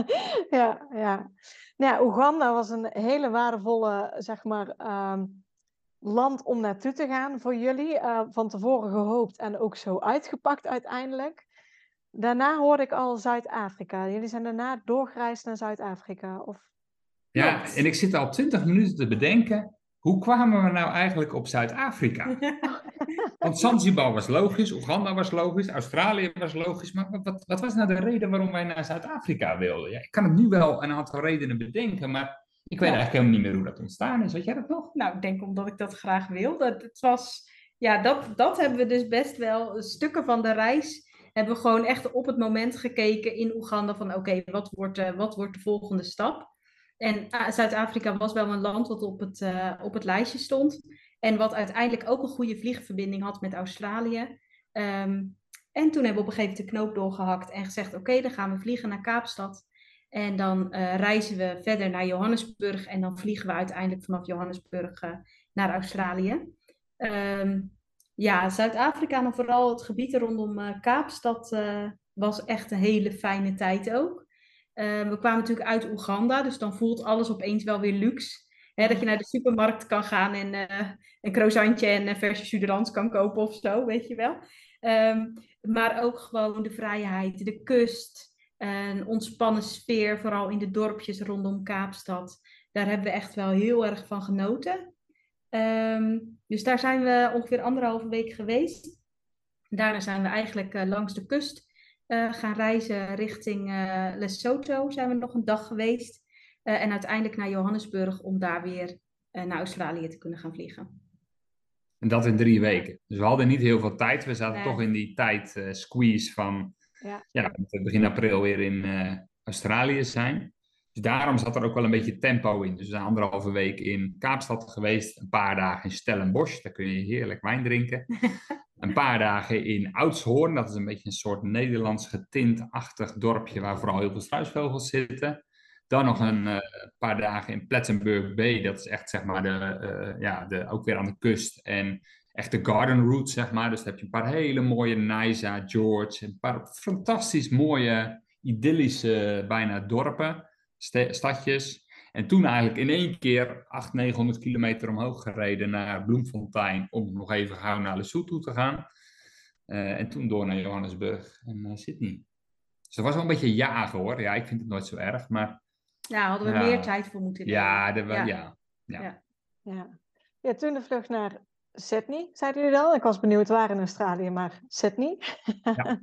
ja, ja. Nou ja, Oeganda was een hele waardevolle, zeg maar, um, land om naartoe te gaan voor jullie. Uh, van tevoren gehoopt en ook zo uitgepakt uiteindelijk. Daarna hoorde ik al Zuid-Afrika. Jullie zijn daarna doorgereisd naar Zuid-Afrika, of... Ja, Klopt. en ik zit al twintig minuten te bedenken, hoe kwamen we nou eigenlijk op Zuid-Afrika? Want Zanzibar was logisch, Oeganda was logisch, Australië was logisch, maar wat, wat was nou de reden waarom wij naar Zuid-Afrika wilden? Ja, ik kan het nu wel een aantal redenen bedenken, maar ik weet ja. eigenlijk helemaal niet meer hoe dat ontstaan is. Weet jij dat nog? Nou, ik denk omdat ik dat graag wilde. Het was, ja, dat, dat hebben we dus best wel, stukken van de reis hebben we gewoon echt op het moment gekeken in Oeganda van oké, okay, wat wordt, uh, wat wordt de volgende stap? En uh, Zuid-Afrika was wel een land wat op het, uh, op het lijstje stond. En wat uiteindelijk ook een goede vliegverbinding had met Australië. Um, en toen hebben we op een gegeven moment de knoop doorgehakt en gezegd, oké, okay, dan gaan we vliegen naar Kaapstad. En dan uh, reizen we verder naar Johannesburg en dan vliegen we uiteindelijk vanaf Johannesburg uh, naar Australië. Um, ja, Zuid-Afrika en vooral het gebied rondom uh, Kaapstad uh, was echt een hele fijne tijd ook. Uh, we kwamen natuurlijk uit Oeganda, dus dan voelt alles opeens wel weer luxe. Hè, dat je naar de supermarkt kan gaan en uh, een croissantje en een verse suderans kan kopen of zo, weet je wel. Um, maar ook gewoon de vrijheid, de kust, een ontspannen sfeer, vooral in de dorpjes rondom Kaapstad. Daar hebben we echt wel heel erg van genoten. Um, dus daar zijn we ongeveer anderhalve week geweest. Daarna zijn we eigenlijk uh, langs de kust uh, gaan reizen richting uh, Lesotho. Zijn we nog een dag geweest. Uh, en uiteindelijk naar Johannesburg om daar weer uh, naar Australië te kunnen gaan vliegen. En dat in drie weken. Dus we hadden niet heel veel tijd. We zaten Nee. toch in die tijd uh, squeeze van Ja. Ja, dat we begin april weer in uh, Australië zijn. Dus daarom zat er ook wel een beetje tempo in. Dus we zijn anderhalve week in Kaapstad geweest. Een paar dagen in Stellenbosch. Daar kun je heerlijk wijn drinken. Een paar dagen in Oudtshoorn. Dat is een beetje een soort Nederlands getintachtig dorpje waar vooral heel veel struisvogels zitten. Dan nog een uh, paar dagen in Plettenberg Bay. Dat is echt zeg maar de, uh, ja, de, ook weer aan de kust. En echt de garden route, zeg maar. Dus dan heb je een paar hele mooie Nysa, George. Een paar fantastisch mooie, idyllische bijna dorpen, st- stadjes. En toen eigenlijk in één keer achthonderd, negenhonderd kilometer omhoog gereden naar Bloemfontein. Om nog even gauw naar Lesotho te gaan. Uh, en toen door naar Johannesburg en uh, Sydney. Dus dat was wel een beetje jagen hoor. Ja, ik vind het nooit zo erg, maar... Ja, hadden we ja, meer tijd voor moeten nemen. Ja, de, ja. Ja. Ja, ja. Ja. Ja. Ja, toen de vlucht naar Sydney, zeiden jullie al? Ik was benieuwd waar in Australië, maar Sydney. Ja.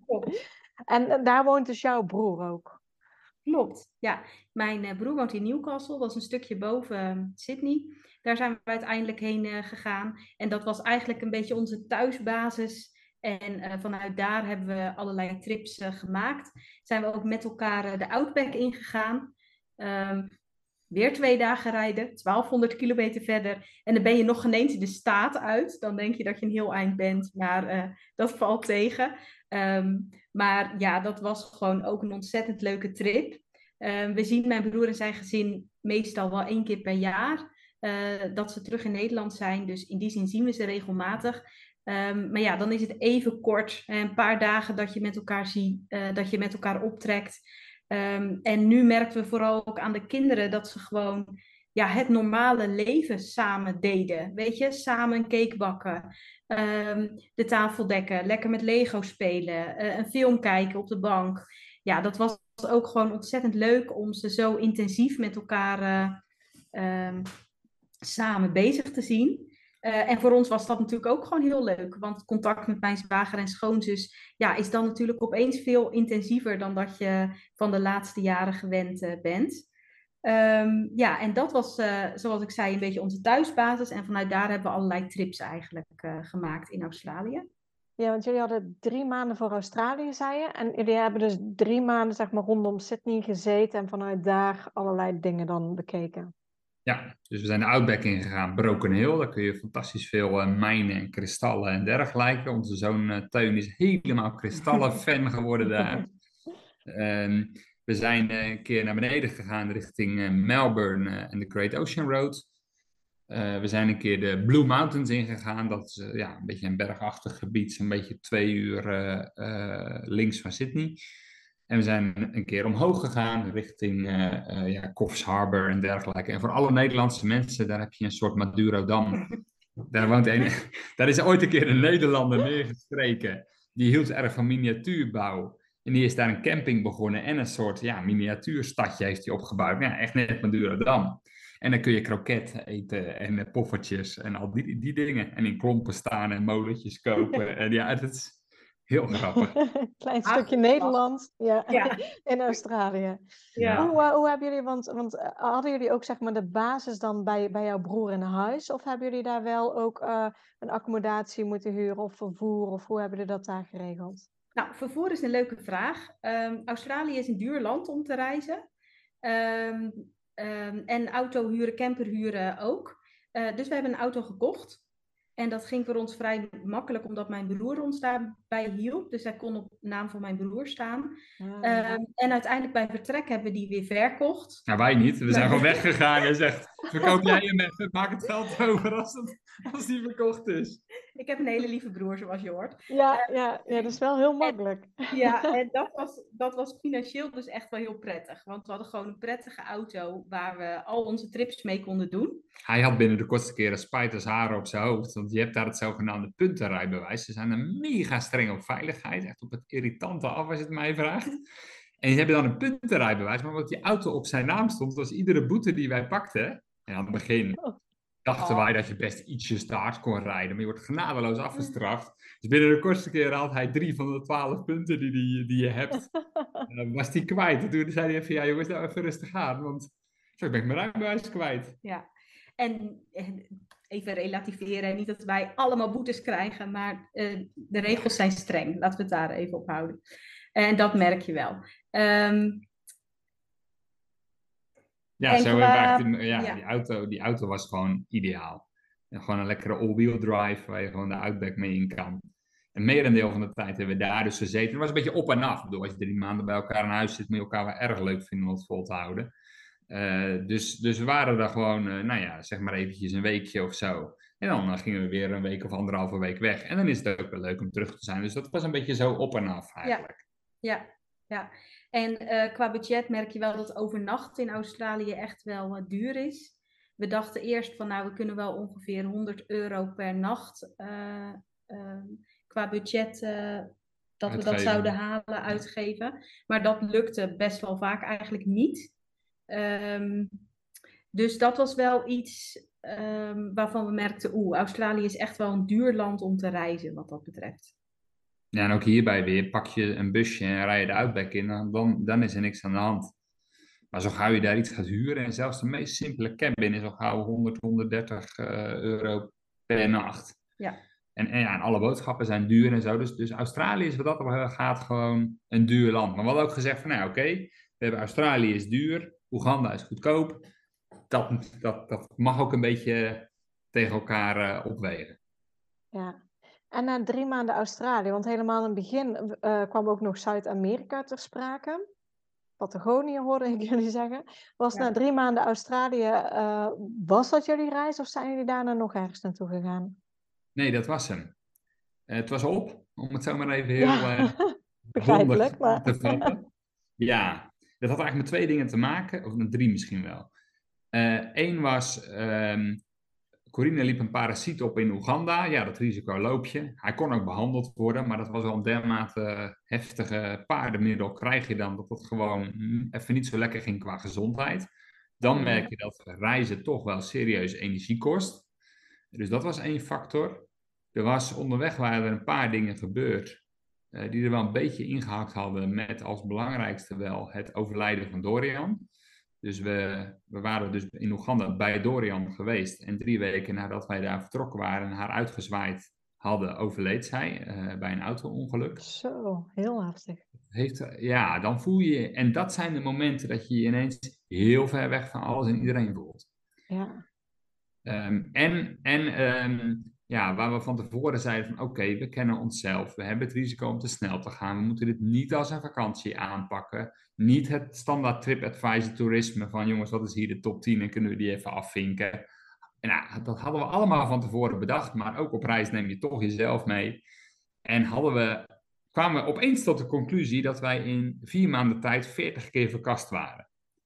En daar woont dus jouw broer ook. Klopt, ja. Mijn uh, broer woont in Newcastle, dat is een stukje boven uh, Sydney. Daar zijn we uiteindelijk heen uh, gegaan. En dat was eigenlijk een beetje onze thuisbasis. En uh, vanuit daar hebben we allerlei trips uh, gemaakt. Zijn we ook met elkaar uh, de Outback ingegaan. Um, weer twee dagen rijden, twaalfhonderd kilometer verder. En dan ben je nog geen eens de staat uit. Dan denk je dat je een heel eind bent, maar uh, dat valt tegen. Um, maar ja, dat was gewoon ook een ontzettend leuke trip. Um, we zien mijn broer en zijn gezin meestal wel één keer per jaar. Uh, dat ze terug in Nederland zijn. Dus in die zin zien we ze regelmatig. Um, maar ja, dan is het even kort. Een paar dagen dat je met elkaar ziet, uh, dat je met elkaar optrekt. Um, en nu merken we vooral ook aan de kinderen dat ze gewoon ja, het normale leven samen deden. Weet je, samen een cake bakken, um, de tafel dekken, lekker met Lego spelen, uh, een film kijken op de bank. Ja, dat was ook gewoon ontzettend leuk om ze zo intensief met elkaar uh, um, samen bezig te zien. Uh, en voor ons was dat natuurlijk ook gewoon heel leuk. Want het contact met mijn zwager en schoonzus ja, is dan natuurlijk opeens veel intensiever dan dat je van de laatste jaren gewend uh, bent. Um, ja, en dat was, uh, zoals ik zei, een beetje onze thuisbasis. En vanuit daar hebben we allerlei trips eigenlijk uh, gemaakt in Australië. Ja, want jullie hadden drie maanden voor Australië, zei je. En jullie hebben dus drie maanden zeg maar rondom Sydney gezeten en vanuit daar allerlei dingen dan bekeken. Ja, dus we zijn de Outback ingegaan, Broken Hill. Daar kun je fantastisch veel uh, mijnen en kristallen en dergelijke. Onze zoon uh, Teun is helemaal kristallen-fan geworden daar. Um, we zijn uh, een keer naar beneden gegaan richting uh, Melbourne uh, en de Great Ocean Road. Uh, we zijn een keer de Blue Mountains ingegaan. Dat is uh, ja, een beetje een bergachtig gebied, zo'n beetje twee uur uh, uh, links van Sydney. En we zijn een keer omhoog gegaan richting uh, uh, ja, Coffs Harbour en dergelijke. En voor alle Nederlandse mensen, daar heb je een soort Madurodam. Daar, woont een, daar is ooit een keer een Nederlander neergestreken. Die hield erg van miniatuurbouw. En die is daar een camping begonnen en een soort ja, miniatuurstadje heeft hij opgebouwd. Ja, echt net Madurodam. En dan kun je kroket eten en poffertjes en al die, die dingen. En in klompen staan en molentjes kopen. En ja, het is... heel grappig. Klein stukje ah, Nederland ja, ja. in Australië. Ja. Hoe, uh, hoe hebben jullie, want, want uh, hadden jullie ook zeg maar de basis dan bij, bij jouw broer in huis? Of hebben jullie daar wel ook uh, een accommodatie moeten huren of vervoer? Of hoe hebben jullie dat daar geregeld? Nou, vervoer is een leuke vraag. Um, Australië is een duur land om te reizen. Um, um, en auto huren, camper huren ook. Uh, dus we hebben een auto gekocht. En dat ging voor ons vrij makkelijk, omdat mijn broer ons daarbij hielp. Dus hij kon op naam van mijn broer staan. Ah. Um, en uiteindelijk bij vertrek hebben we die weer verkocht. Nou, wij niet. We zijn Nee. gewoon weggegaan en zegt, verkoop jij hem even, maak het geld over als, het, als die verkocht is. Ik heb een hele lieve broer, zoals je hoort. Ja, ja, ja, dat is wel heel makkelijk. En, ja, en dat was, dat was financieel dus echt wel heel prettig. Want we hadden gewoon een prettige auto waar we al onze trips mee konden doen. Hij had binnen de kortste keren spijt als haren op zijn hoofd. Want je hebt daar het zogenaamde puntenrijbewijs. Ze zijn er mega streng op veiligheid. Echt op het irritante af als je het mij vraagt. En je hebt dan een puntenrijbewijs. Maar wat die auto op zijn naam stond, was iedere boete die wij pakten. En aan het begin dachten Oh. wij dat je best ietsjes te hard kon rijden. Maar je wordt genadeloos afgestraft. Dus binnen de kortste keren had hij drie van de twaalf punten die, die, die je hebt. uh, was die kwijt. En toen zei hij even, ja jongens, nou even rustig aan. Want zo ben ik mijn rijbewijs kwijt. Ja, en even relativeren. Niet dat wij allemaal boetes krijgen, maar uh, de regels zijn streng. Laten we het daar even op houden. En dat merk je wel. Um, Ja, zo qua... die, ja, ja. Die, auto, die auto was gewoon ideaal. En gewoon een lekkere all-wheel drive waar je gewoon de Outback mee in kan. En merendeel van de tijd hebben we daar dus gezeten. Het was een beetje op en af. Ik bedoel, als je drie maanden bij elkaar in huis zit, moet je elkaar wel erg leuk vinden om het vol te houden. Uh, dus, dus we waren daar gewoon, uh, nou ja, zeg maar eventjes een weekje of zo. En dan uh, gingen we weer een week of anderhalve week weg. En dan is het ook wel leuk om terug te zijn. Dus dat was een beetje zo op en af eigenlijk. Ja, ja, ja. En uh, qua budget merk je wel dat overnachten in Australië echt wel uh, duur is. We dachten eerst van nou, we kunnen wel ongeveer honderd euro per nacht uh, uh, qua budget uh, dat uitgeven. we dat zouden halen, uitgeven. Maar dat lukte best wel vaak eigenlijk niet. Um, dus dat was wel iets um, waarvan we merkten, oeh, Australië is echt wel een duur land om te reizen wat dat betreft. Ja, en ook hierbij weer, pak je een busje en rij je de Outback in, dan, dan is er niks aan de hand. Maar zo gauw je daar iets gaat huren, en zelfs de meest simpele cabin is al gauw honderd, honderddertig uh, euro per nacht. Ja. En, en, ja, en alle boodschappen zijn duur en zo. Dus, dus Australië is wat dat gaat gewoon een duur land. Maar we hadden ook gezegd van, nou oké, okay, we hebben Australië is duur, Oeganda is goedkoop. Dat, dat, dat mag ook een beetje tegen elkaar uh, opwegen. Ja. En na drie maanden Australië, want helemaal in het begin uh, kwam ook nog Zuid-Amerika ter sprake. Patagonië hoorde ik jullie zeggen. Was ja. Na drie maanden Australië, uh, was dat jullie reis of zijn jullie daarna nog ergens naartoe gegaan? Nee, dat was hem. Uh, het was op, om het zo maar even heel ja. uh, begrijpelijk maar... te vatten. Ja, dat had eigenlijk met twee dingen te maken, of met drie misschien wel. Eén uh, was... Um, Corine liep een parasiet op in Oeganda. Ja, dat risico loop je. Hij kon ook behandeld worden, maar dat was wel een dermate heftige paardenmiddel. Krijg je dan dat het gewoon even niet zo lekker ging qua gezondheid. Dan merk je dat reizen toch wel serieus energie kost. Dus dat was één factor. Er was onderweg waren er een paar dingen gebeurd uh, die er wel een beetje ingehakt hadden met als belangrijkste wel het overlijden van Dorian. Dus we, we waren dus in Oeganda bij Dorian geweest. En drie weken nadat wij daar vertrokken waren en haar uitgezwaaid hadden, overleed zij uh, bij een auto-ongeluk. Zo, heel heftig. Heeft, ja, dan voel je... En dat zijn de momenten dat je je ineens heel ver weg van alles en iedereen voelt. Ja. Um, en en um, ja, waar we van tevoren zeiden van oké, okay, we kennen onszelf. We hebben het risico om te snel te gaan. We moeten dit niet als een vakantie aanpakken. Niet het standaard TripAdvisor toerisme van jongens, wat is hier de top tien en kunnen we die even afvinken. En nou, dat hadden we allemaal van tevoren bedacht. Maar ook op reis neem je toch jezelf mee. En hadden we, kwamen we opeens tot de conclusie dat wij in vier maanden tijd veertig keer verkast waren.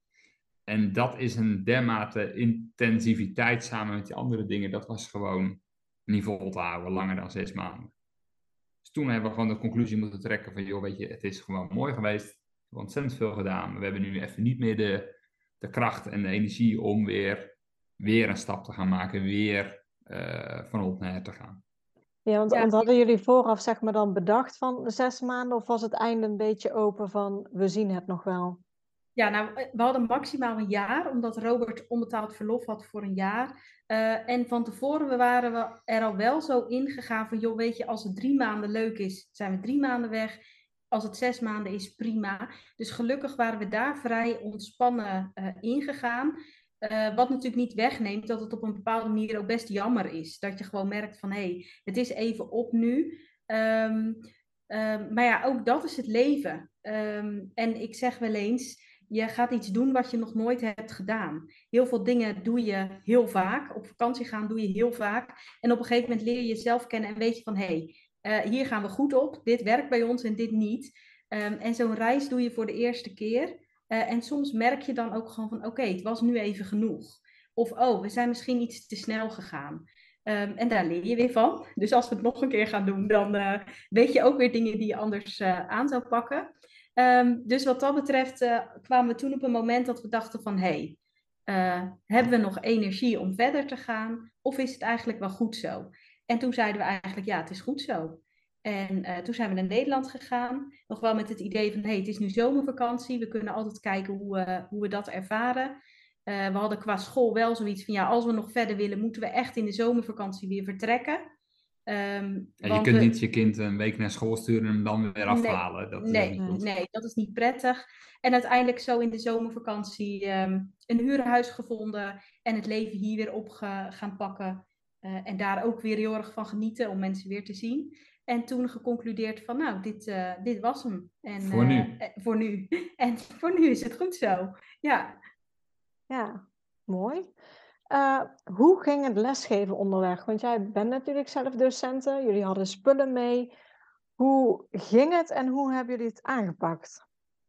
En dat is een dermate intensiviteit samen met die andere dingen. Dat was gewoon niet vol te houden, langer dan zes maanden. Dus toen hebben we gewoon de conclusie moeten trekken van, joh, weet je, het is gewoon mooi geweest. We hebben ontzettend veel gedaan. We hebben nu even niet meer de, de kracht en de energie om weer, weer een stap te gaan maken. Weer uh, van op naar her te gaan. Ja, want, ja. want hadden jullie vooraf zeg maar dan bedacht van zes maanden? Of was het einde een beetje open van, we zien het nog wel? Ja, nou, we hadden maximaal een jaar, omdat Robert onbetaald verlof had voor een jaar. Uh, en van tevoren waren we er al wel zo ingegaan van, joh, weet je, als het drie maanden leuk is, zijn we drie maanden weg. Als het zes maanden is, prima. Dus gelukkig waren we daar vrij ontspannen uh, ingegaan. Uh, wat natuurlijk niet wegneemt dat het op een bepaalde manier ook best jammer is. Dat je gewoon merkt van, hé, hey, het is even op nu. Um, um, maar ja, ook dat is het leven. Um, en ik zeg wel eens, je gaat iets doen wat je nog nooit hebt gedaan. Heel veel dingen doe je heel vaak. Op vakantie gaan doe je heel vaak. En op een gegeven moment leer je jezelf kennen en weet je van, hé, hey, uh, hier gaan we goed op. Dit werkt bij ons en dit niet. Um, en zo'n reis doe je voor de eerste keer. Uh, en soms merk je dan ook gewoon van, oké, okay, het was nu even genoeg. Of, oh, we zijn misschien iets te snel gegaan. Um, en daar leer je weer van. Dus als we het nog een keer gaan doen, dan uh, weet je ook weer dingen die je anders uh, aan zou pakken. Um, dus wat dat betreft uh, kwamen we toen op een moment dat we dachten van, hé, hey, uh, hebben we nog energie om verder te gaan? Of is het eigenlijk wel goed zo? En toen zeiden we eigenlijk, ja, het is goed zo. En uh, toen zijn we naar Nederland gegaan. Nog wel met het idee van, hé, hey, het is nu zomervakantie. We kunnen altijd kijken hoe, uh, hoe we dat ervaren. Uh, we hadden qua school wel zoiets van, ja, als we nog verder willen, moeten we echt in de zomervakantie weer vertrekken. Um, ja, je kunt we... niet je kind een week naar school sturen en hem dan weer afhalen. Nee, dat nee, is niet goed. nee, dat is niet prettig. En uiteindelijk zo in de zomervakantie um, een huurhuis gevonden en het leven hier weer op ge- gaan pakken. Uh, en daar ook weer heel erg van genieten om mensen weer te zien. En toen geconcludeerd van, nou, dit, uh, dit was hem. En, voor nu. Uh, voor nu. En voor nu is het goed zo. Ja. Ja, mooi. Uh, hoe ging het lesgeven onderweg? Want jij bent natuurlijk zelf docenten. Jullie hadden spullen mee. Hoe ging het en hoe hebben jullie het aangepakt?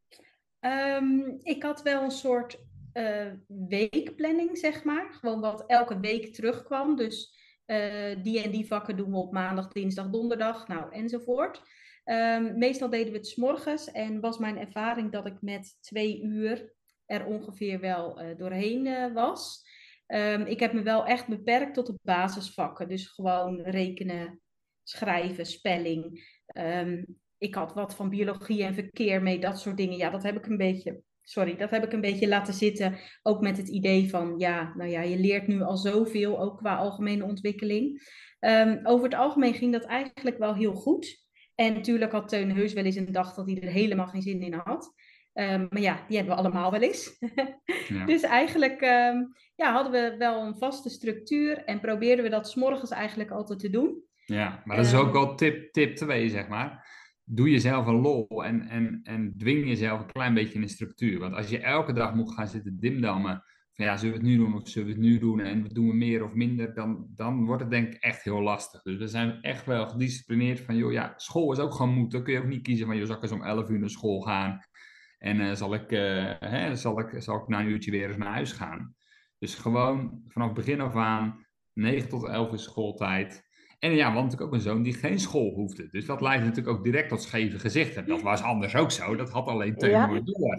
Um, ik had wel een soort uh, weekplanning, zeg maar. Gewoon wat elke week terugkwam. Dus uh, die en die vakken doen we op maandag, dinsdag, donderdag, nou, enzovoort. Um, meestal deden we het 's morgens en was mijn ervaring dat ik met twee uur er ongeveer wel uh, doorheen uh, was. Um, ik heb me wel echt beperkt tot de basisvakken. Dus gewoon rekenen, schrijven, spelling. Um, ik had wat van biologie en verkeer mee, dat soort dingen. Ja, dat heb ik een beetje, sorry, dat heb ik een beetje laten zitten. Ook met het idee van, ja, nou ja, je leert nu al zoveel, ook qua algemene ontwikkeling. Um, over het algemeen ging dat eigenlijk wel heel goed. En natuurlijk had Teun heus wel eens een dag dat hij er helemaal geen zin in had. Um, maar ja, die hebben we allemaal wel eens. Ja. Dus eigenlijk um, ja, hadden we wel een vaste structuur en probeerden we dat 's morgens eigenlijk altijd te doen. Ja, maar dat is ook wel tip, tip twee, zeg maar. Doe jezelf een lol en, en, en dwing jezelf een klein beetje in de structuur. Want als je elke dag moet gaan zitten dimdammen, van ja, zullen we het nu doen of zullen we het nu doen en wat doen we meer of minder, dan, dan wordt het denk ik echt heel lastig. Dus we zijn echt wel gedisciplineerd van, joh, ja, school is ook gewoon moeten. Dan kun je ook niet kiezen van, joh, zal ik eens om elf uur naar school gaan en uh, zal, ik, uh, hè, zal, ik, zal ik na een uurtje weer eens naar huis gaan. Dus gewoon vanaf begin af aan, negen tot elf is schooltijd. En ja, we hadden natuurlijk ook een zoon die geen school hoefde. Dus dat leidde natuurlijk ook direct tot scheve gezichten. Dat was anders ook zo. Dat had alleen Teun Ja. nooit door.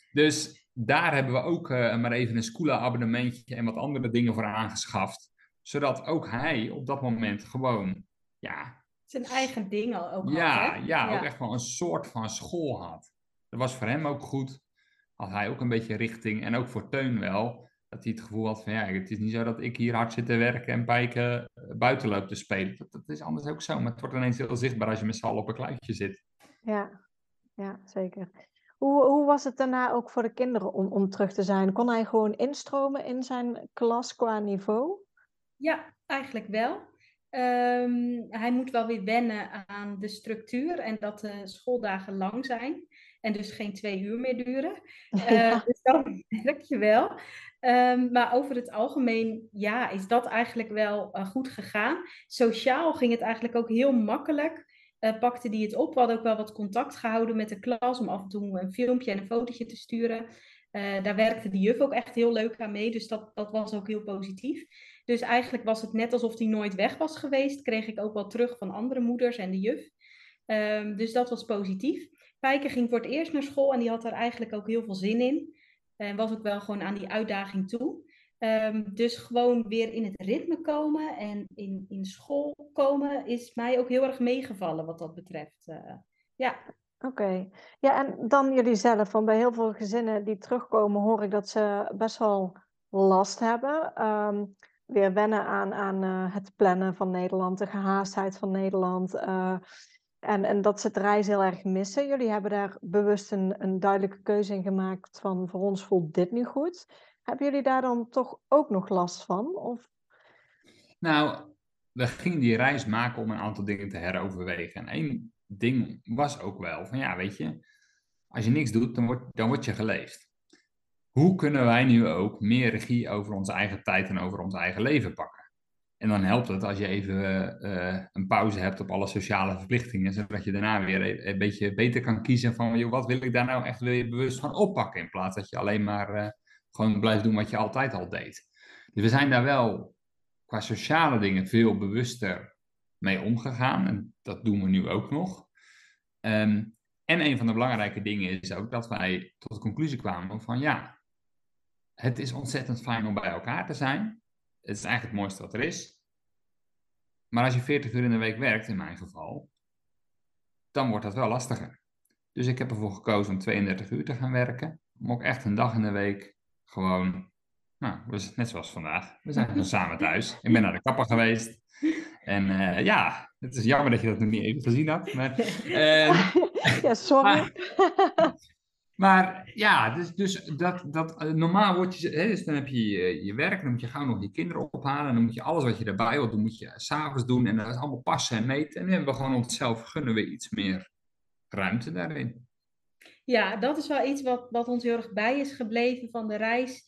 Dus daar hebben we ook uh, maar even een Scoola-abonnementje en wat andere dingen voor aangeschaft. Zodat ook hij op dat moment gewoon, ja... zijn eigen dingen ook ja, had, hè? Ja, Ja, ook echt wel een soort van school had. Dat was voor hem ook goed. Had hij ook een beetje richting. En ook voor Teun wel. Dat hij het gevoel had van ja, het is niet zo dat ik hier hard zit te werken en Pijke buiten loop te spelen. Dat, dat is anders ook zo, maar het wordt ineens heel zichtbaar als je met z'n allen op een kluitje zit. Ja, ja, zeker. Hoe, hoe was het daarna ook voor de kinderen om, om terug te zijn? Kon hij gewoon instromen in zijn klas qua niveau? Ja, eigenlijk wel. Um, hij moet wel weer wennen aan de structuur en dat de schooldagen lang zijn. En dus geen twee uur meer duren. Ja. Uh, dus dat merk je wel. Um, maar over het algemeen, ja, is dat eigenlijk wel uh, goed gegaan. Sociaal ging het eigenlijk ook heel makkelijk. Uh, pakte die het op. We hadden ook wel wat contact gehouden met de klas om af en toe een filmpje en een fotootje te sturen. Uh, daar werkte de juf ook echt heel leuk aan mee. Dus dat, dat was ook heel positief. Dus eigenlijk was het net alsof hij nooit weg was geweest. Kreeg ik ook wel terug van andere moeders en de juf. Um, dus dat was positief. Pijke ging voor het eerst naar school en die had daar eigenlijk ook heel veel zin in. En was ook wel gewoon aan die uitdaging toe. Um, dus gewoon weer in het ritme komen en in, in school komen is mij ook heel erg meegevallen wat dat betreft. Uh, ja. Oké. Okay. Ja, en dan jullie zelf. Want bij heel veel gezinnen die terugkomen hoor ik dat ze best wel last hebben. Um, weer wennen aan, aan uh, het plannen van Nederland, de gehaastheid van Nederland. Uh, en, en dat ze het reizen heel erg missen. Jullie hebben daar bewust een, een duidelijke keuze in gemaakt van voor ons voelt dit nu goed. Hebben jullie daar dan toch ook nog last van? Of? Nou, we gingen die reis maken om een aantal dingen te heroverwegen. En één ding was ook wel van, ja, weet je, als je niks doet, dan word, dan word je geleefd. Hoe kunnen wij nu ook meer regie over onze eigen tijd en over ons eigen leven pakken? En dan helpt het als je even uh, een pauze hebt op alle sociale verplichtingen, zodat je daarna weer een, een beetje beter kan kiezen van, joh, wat wil ik daar nou echt weer bewust van oppakken, in plaats dat je alleen maar uh, gewoon blijft doen wat je altijd al deed. Dus we zijn daar wel qua sociale dingen veel bewuster mee omgegaan. En dat doen we nu ook nog. Um, en een van de belangrijke dingen is ook dat wij tot de conclusie kwamen van ja, het is ontzettend fijn om bij elkaar te zijn. Het is eigenlijk het mooiste wat er is. Maar als je veertig uur in de week werkt, in mijn geval, dan wordt dat wel lastiger. Dus ik heb ervoor gekozen om tweeëndertig uur te gaan werken. Om ook echt een dag in de week gewoon, nou, net zoals vandaag. We zijn gewoon samen thuis. Ik ben naar de kapper geweest. En uh, ja, het is jammer dat je dat nog niet even gezien had. Maar, uh, ja, sorry. Maar, maar ja, dus, dus dat, dat uh, normaal word je, hè, dus dan heb je je, je werk, dan moet je gauw nog je kinderen ophalen. En dan moet je alles wat je erbij wilt doen, moet je s'avonds doen. En dat is allemaal passen en meten. En nu hebben we gewoon onszelf, gunnen we iets meer ruimte daarin. Ja, dat is wel iets wat, wat ons heel erg bij is gebleven van de reis.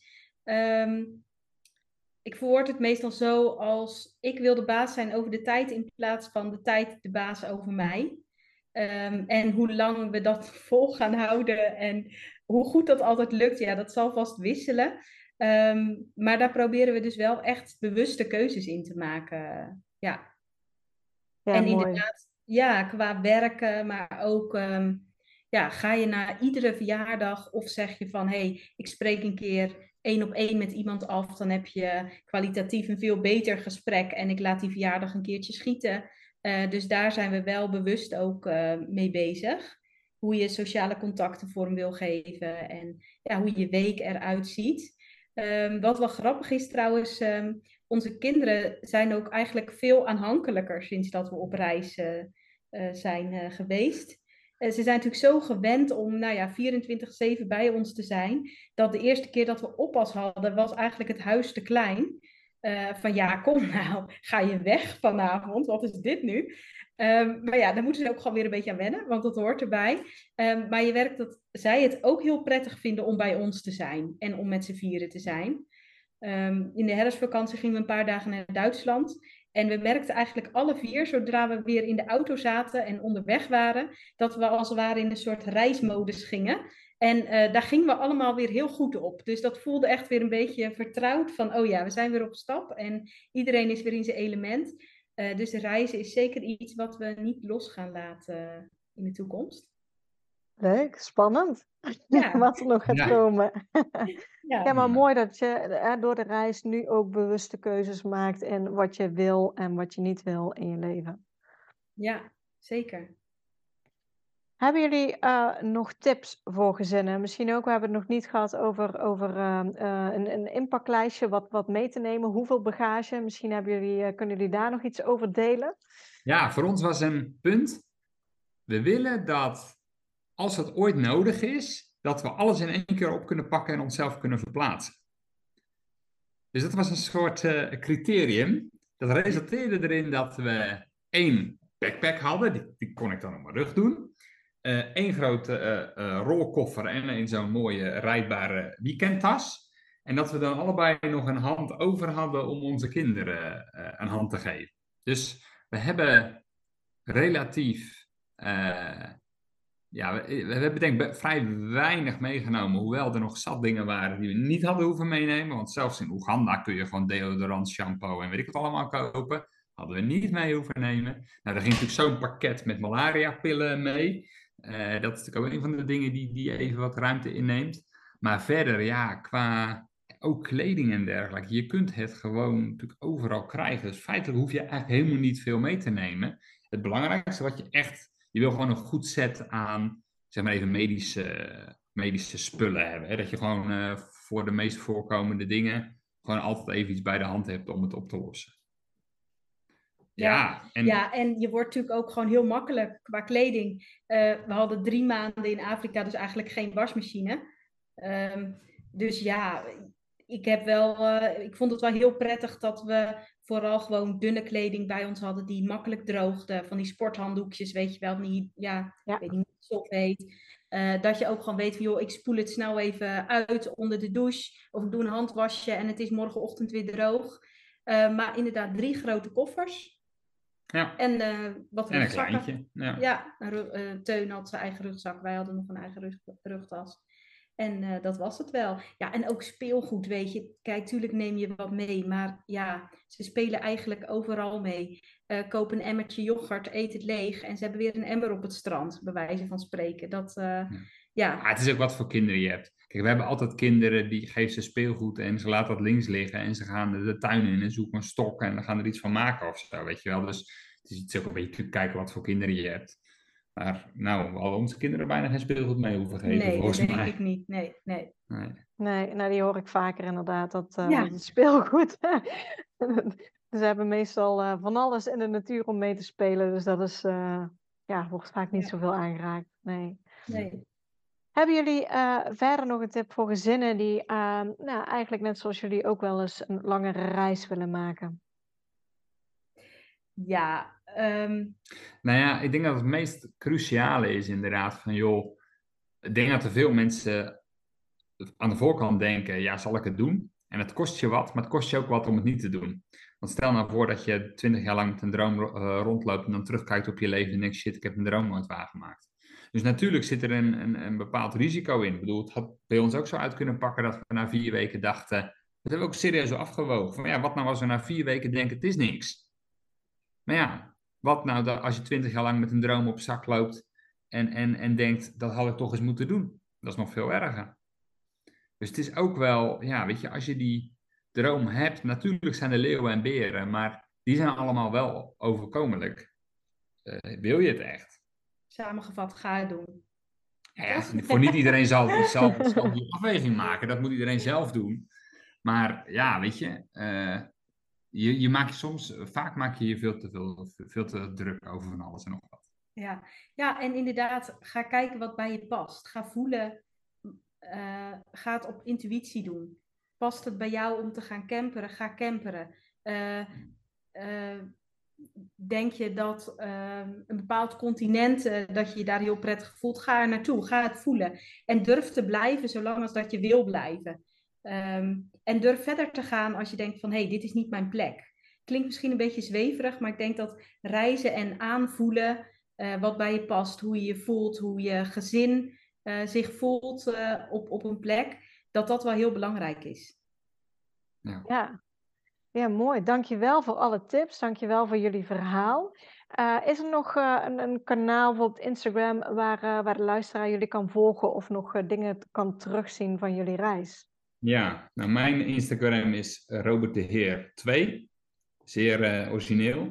Um, ik verwoord het meestal zo als ik wil de baas zijn over de tijd in plaats van de tijd de baas over mij. Um, en hoe lang we dat vol gaan houden en hoe goed dat altijd lukt, ja, dat zal vast wisselen. Um, maar daar proberen we dus wel echt bewuste keuzes in te maken. Ja, ja en mooi. inderdaad, ja, qua werken, maar ook... Um, Ja, ga je na iedere verjaardag of zeg je van, hé, hey, ik spreek een keer één op één met iemand af, dan heb je kwalitatief een veel beter gesprek en ik laat die verjaardag een keertje schieten. Uh, dus daar zijn we wel bewust ook uh, mee bezig. Hoe je sociale contacten vorm wil geven en ja, hoe je week eruit ziet. Um, wat wel grappig is trouwens, um, onze kinderen zijn ook eigenlijk veel aanhankelijker sinds dat we op reis uh, uh, zijn uh, geweest. Ze zijn natuurlijk zo gewend om nou ja, vierentwintig zeven bij ons te zijn, dat de eerste keer dat we oppas hadden, was eigenlijk het huis te klein. Uh, van ja, kom nou, ga je weg vanavond, wat is dit nu? Um, maar ja, daar moeten ze ook gewoon weer een beetje aan wennen, want dat hoort erbij. Um, maar je werkt dat zij het ook heel prettig vinden om bij ons te zijn en om met z'n vieren te zijn. Um, in de herfstvakantie gingen we een paar dagen naar Duitsland. En we merkten eigenlijk alle vier, zodra we weer in de auto zaten en onderweg waren, dat we als het ware in een soort reismodus gingen. En uh, daar gingen we allemaal weer heel goed op. Dus dat voelde echt weer een beetje vertrouwd van, oh ja, we zijn weer op stap en iedereen is weer in zijn element. Uh, dus reizen is zeker iets wat we niet los gaan laten in de toekomst. Leuk, spannend. Ja. Wat er nog gaat ja. komen. Ja. ja, maar mooi dat je eh, door de reis nu ook bewuste keuzes maakt in wat je wil en wat je niet wil in je leven. Ja, zeker. Hebben jullie uh, nog tips voor gezinnen? Misschien ook, we hebben het nog niet gehad over, over uh, uh, een, een inpaklijstje, wat, wat mee te nemen. Hoeveel bagage? Misschien hebben jullie, uh, kunnen jullie daar nog iets over delen? Ja, voor ons was een punt. We willen dat als het ooit nodig is, dat we alles in één keer op kunnen pakken en onszelf kunnen verplaatsen. Dus dat was een soort uh, criterium. Dat resulteerde erin dat we één backpack hadden, die, die kon ik dan op mijn rug doen. Uh, één grote uh, uh, rolkoffer en een zo'n mooie rijdbare weekendtas. En dat we dan allebei nog een hand over hadden om onze kinderen uh, een hand te geven. Dus we hebben relatief... Uh, Ja, we, we hebben denk ik vrij weinig meegenomen, hoewel er nog zat dingen waren die we niet hadden hoeven meenemen. Want zelfs in Oeganda kun je gewoon deodorant, shampoo en weet ik wat allemaal kopen. Hadden we niet mee hoeven nemen. Nou, er ging natuurlijk zo'n pakket met malaria-pillen mee. Uh, dat is natuurlijk ook een van de dingen die, die even wat ruimte inneemt. Maar verder, ja, qua ook kleding en dergelijke. Je kunt het gewoon natuurlijk overal krijgen. Dus feitelijk hoef je eigenlijk helemaal niet veel mee te nemen. Het belangrijkste wat je echt... Je wil gewoon een goed set aan, zeg maar even, medische, medische spullen hebben. Hè? Dat je gewoon uh, voor de meest voorkomende dingen gewoon altijd even iets bij de hand hebt om het op te lossen. Ja, ja, en... ja, en je wordt natuurlijk ook gewoon heel makkelijk qua kleding. Uh, we hadden drie maanden in Afrika, dus eigenlijk geen wasmachine. Um, dus ja, ik heb wel, uh, ik vond het wel heel prettig dat we vooral gewoon dunne kleding bij ons hadden die makkelijk droogde. Van die sporthanddoekjes, weet je wel, niet, ja, Ja. ik weet niet hoe het stof heet. Uh, dat je ook gewoon weet van, joh, ik spoel het snel even uit onder de douche. Of ik doe een handwasje en het is morgenochtend weer droog. Uh, maar inderdaad, drie grote koffers. Ja. En uh, wat en rugzakken. een kleintje. Ja, ja een, uh, Teun had zijn eigen rugzak. Wij hadden nog een eigen rug, rugtas. En uh, dat was het wel. Ja, en ook speelgoed, weet je. Kijk, tuurlijk neem je wat mee. Maar ja, ze spelen eigenlijk overal mee. Uh, koop een emmertje yoghurt, eet het leeg. En ze hebben weer een emmer op het strand, bij wijze van spreken. Dat, uh, ja. ja. Ah, het is ook wat voor kinderen je hebt. Kijk, we hebben altijd kinderen die geven ze speelgoed en ze laten dat links liggen. En ze gaan de, de tuin in en zoeken een stok en dan gaan er iets van maken of zo, weet je wel. Dus het is, het is ook een beetje kijken wat voor kinderen je hebt. Maar nou, we hadden onze kinderen bijna geen speelgoed mee hoeven geven, nee, volgens dat mij. denk ik niet. Nee, nee. Nee, nee nou, die hoor ik vaker inderdaad, dat, uh, ja. dat het speelgoed. Ze hebben meestal uh, van alles in de natuur om mee te spelen, dus dat is, uh, ja, wordt vaak niet ja. zoveel aangeraakt. Nee. nee. Hebben jullie uh, verder nog een tip voor gezinnen die, uh, nou, eigenlijk net zoals jullie ook wel eens een langere reis willen maken? Ja. Um... Nou ja, ik denk dat het meest cruciale is inderdaad van, joh, ik denk dat er veel mensen aan de voorkant denken, ja, zal ik het doen? En het kost je wat, maar het kost je ook wat om het niet te doen. Want stel nou voor dat je twintig jaar lang met een droom uh, rondloopt en dan terugkijkt op je leven en denkt, shit, ik heb mijn droom nooit waargemaakt. Dus natuurlijk zit er een, een, een bepaald risico in. Ik bedoel, het had bij ons ook zo uit kunnen pakken dat we na vier weken dachten, dat hebben we ook serieus afgewogen. Van ja, wat nou als we na vier weken denken, het is niks. Maar ja, wat nou dat als je twintig jaar lang met een droom op zak loopt en, en, en denkt, dat had ik toch eens moeten doen. Dat is nog veel erger. Dus het is ook wel, ja, weet je, als je die droom hebt, natuurlijk zijn er leeuwen en beren, maar die zijn allemaal wel overkomelijk. Uh, wil je het echt? Samengevat, ga het doen. Ja, ja, voor niet iedereen zal, zal, zal die afweging maken, dat moet iedereen zelf doen. Maar ja, weet je, uh, je, je maakt je soms, vaak maak je je veel te veel, veel te druk over van alles en nog wat. Ja, ja, en inderdaad, ga kijken wat bij je past. Ga voelen. Uh, ga het op intuïtie doen. Past het bij jou om te gaan camperen? Ga camperen. Uh, uh, denk je dat uh, een bepaald continent, uh, dat je je daar heel prettig voelt? Ga er naartoe. Ga het voelen. En durf te blijven zolang als dat je wil blijven. Um, en durf verder te gaan als je denkt van, hé, hey, dit is niet mijn plek. Klinkt misschien een beetje zweverig, maar ik denk dat reizen en aanvoelen uh, wat bij je past, hoe je je voelt, hoe je gezin Uh, zich voelt uh, op, op een plek, dat dat wel heel belangrijk is. Ja, ja. ja mooi. Dankjewel voor alle tips. Dankjewel voor jullie verhaal. Uh, is er nog uh, een, een kanaal, bijvoorbeeld Instagram, waar, uh, waar de luisteraar jullie kan volgen of nog uh, dingen kan terugzien van jullie reis? Ja, nou mijn Instagram is Robert de Heer twee. Zeer uh, origineel.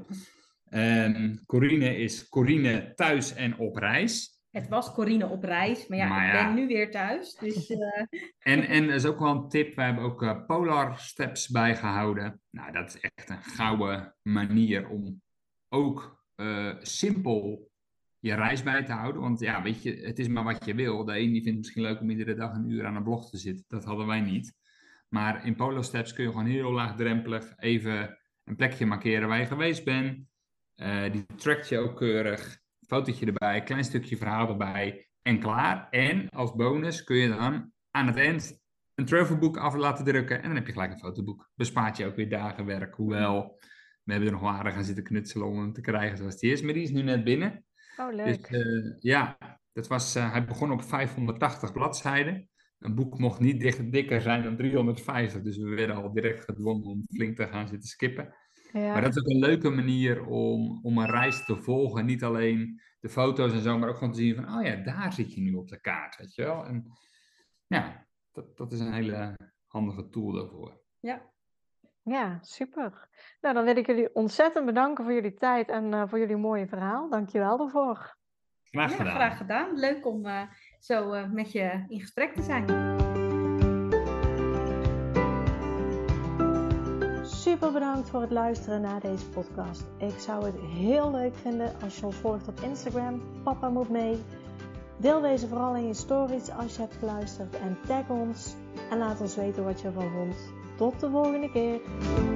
En Corine is Corine thuis en op reis. Het was Corine op reis, maar ja, maar ja. ik ben nu weer thuis. Dus, uh... en, en dat is ook wel een tip, we hebben ook uh, Polar Steps bijgehouden. Nou, dat is echt een gouden manier om ook uh, simpel je reis bij te houden. Want ja, weet je, het is maar wat je wil. De een die vindt het misschien leuk om iedere dag een uur aan een blog te zitten. Dat hadden wij niet. Maar in Polar Steps kun je gewoon heel laagdrempelig even een plekje markeren waar je geweest bent. Uh, die trackt je ook keurig. Fotootje erbij, klein stukje verhaal erbij en klaar. En als bonus kun je dan aan het eind een travelboek af laten drukken en dan heb je gelijk een fotoboek. Bespaart je ook weer dagen werk, hoewel we hebben er nog wel aardig aan zitten knutselen om hem te krijgen zoals die is. Maar die is nu net binnen. Oh, leuk. Dus uh, ja, dat was, uh, hij begon op vijfhonderdtachtig bladzijden. Een boek mocht niet dik, dikker zijn dan driehonderdvijftig, dus we werden al direct gedwongen om flink te gaan zitten skippen. Ja. Maar dat is ook een leuke manier om, om een reis te volgen. Niet alleen de foto's en zo, maar ook gewoon te zien van, oh ja, daar zit je nu op de kaart, weet je wel. En ja, dat, dat is een hele handige tool daarvoor. Ja. Ja, super. Nou, dan wil ik jullie ontzettend bedanken voor jullie tijd en uh, voor jullie mooie verhaal. Dank je wel daarvoor. Graag gedaan. Ja, graag gedaan. Leuk om uh, zo uh, met je in gesprek te zijn. Super bedankt voor het luisteren naar deze podcast. Ik zou het heel leuk vinden als je ons volgt op Instagram. Papa moet mee. Deel deze vooral in je stories als je hebt geluisterd en tag ons. En laat ons weten wat je ervan vond. Tot de volgende keer!